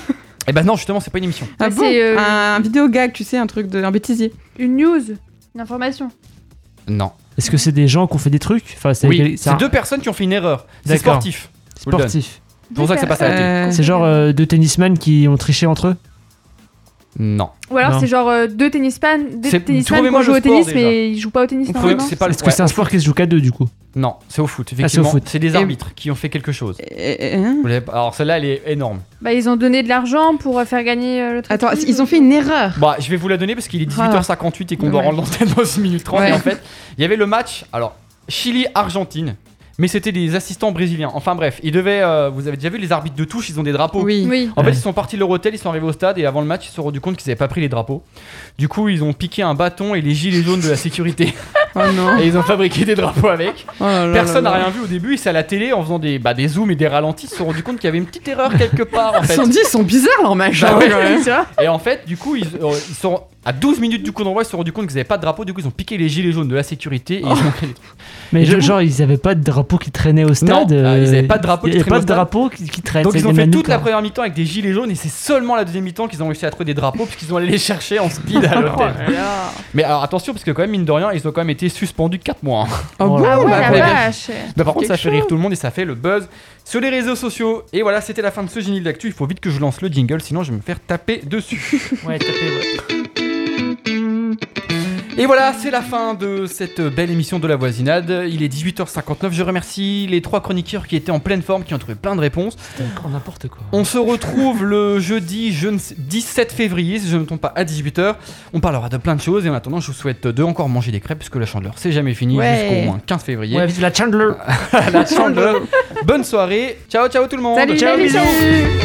Eh ben non, justement, c'est pas une émission. Ah Bah, bon c'est, un vidéo gag, tu sais, un bêtisier. Une news, une information. Non. Est-ce que c'est des gens qui ont fait des trucs enfin, Oui, c'est 2 personnes qui ont fait une erreur. C'est D'accord. sportif. Je vous le donne. sportifs. C'est pour ça que ça passe à la télé. C'est genre 2 tennisman qui ont triché entre eux. Non. Ou alors Non. c'est genre deux tennisman qui trouvez-moi ont joué le au tennis sport, mais ils jouent pas au tennis Vous trouvez- normalement. c'est pas le Est-ce que c'est un sport qui se joue qu'à 2 du coup? Non, c'est au foot, c'est au effectivement. foot. C'est des Et- arbitres qui ont fait quelque chose. Hein Vous l'avez pas- Alors celle-là, elle est énorme. Bah ils ont donné de l'argent pour faire gagner le truc. Attends, ils ont fait une erreur. Bah, je vais vous la donner parce qu'il est 18h58 et qu'on doit Ouais. rendre l'antenne dans 1 minute 30. Ouais. Et en fait, il y avait le match, alors, Chili-Argentine. Mais c'était des assistants brésiliens. Enfin bref, ils devaient. Vous avez déjà vu les arbitres de touche, ils ont des drapeaux. Oui. Oui. En fait, Ouais. ils sont partis de leur hôtel, ils sont arrivés au stade et avant le match, ils se sont rendus compte qu'ils n'avaient pas pris les drapeaux. Du coup, ils ont piqué un bâton et les gilets jaunes de la sécurité Oh non. et ils ont fabriqué des drapeaux avec. Oh là là Personne là n'a là. rien vu au début et c'est à la télé en faisant des zooms et des ralentis, ils se sont rendus compte qu'il y avait une petite erreur quelque part en Ils fait. se sont dit, ils sont bizarres leurs machins. Bah ouais. quand même. Tu vois. Et en fait, du coup, ils sont à 12 minutes du coup d'envoi, ils se sont rendus compte qu'ils n'avaient pas de drapeau, du coup, ils ont piqué les gilets jaunes de la sécurité et ils ont créé des trucs. Mais Et du coup- genre, ils avaient pas de drapeau qui traînait au stade. Non, ils avaient pas de drapeau Il qui y avait traînait pas au de stade. drapeau qui traîne. Donc c'est ils ont des fait manouks, toute la quoi. première mi-temps avec des gilets jaunes et c'est seulement la deuxième mi-temps qu'ils ont réussi à trouver des drapeaux puisqu'ils ont allé les chercher en speed à l'hôtel. Mais alors attention parce que quand même mine de rien ils ont quand même été suspendus 4 mois. hein. Oh bon, Ah ouais, bah, la ouais. vache. Mais par contre ça Quelque fait rire tout le monde et ça fait le buzz sur les réseaux sociaux. Et voilà, c'était la fin de ce génie de l'actu. Il faut vite que je lance le jingle sinon je vais me faire taper dessus. Ouais, tapez, ouais. Et voilà, c'est la fin de cette belle émission de la voisinade. Il est 18h59. Je remercie les 3 chroniqueurs qui étaient en pleine forme, qui ont trouvé plein de réponses. C'était encore n'importe quoi. On se retrouve le jeudi 17 février, si je ne me trompe pas, à 18h. On parlera de plein de choses et en attendant, je vous souhaite de encore manger des crêpes puisque la chandeleur, c'est jamais fini Ouais. jusqu'au moins 15 février. Ouais, vive la Chandler. La chandeleur. Bonne soirée. Ciao, ciao tout le monde. Salut, Ciao, salut, bisous. salut.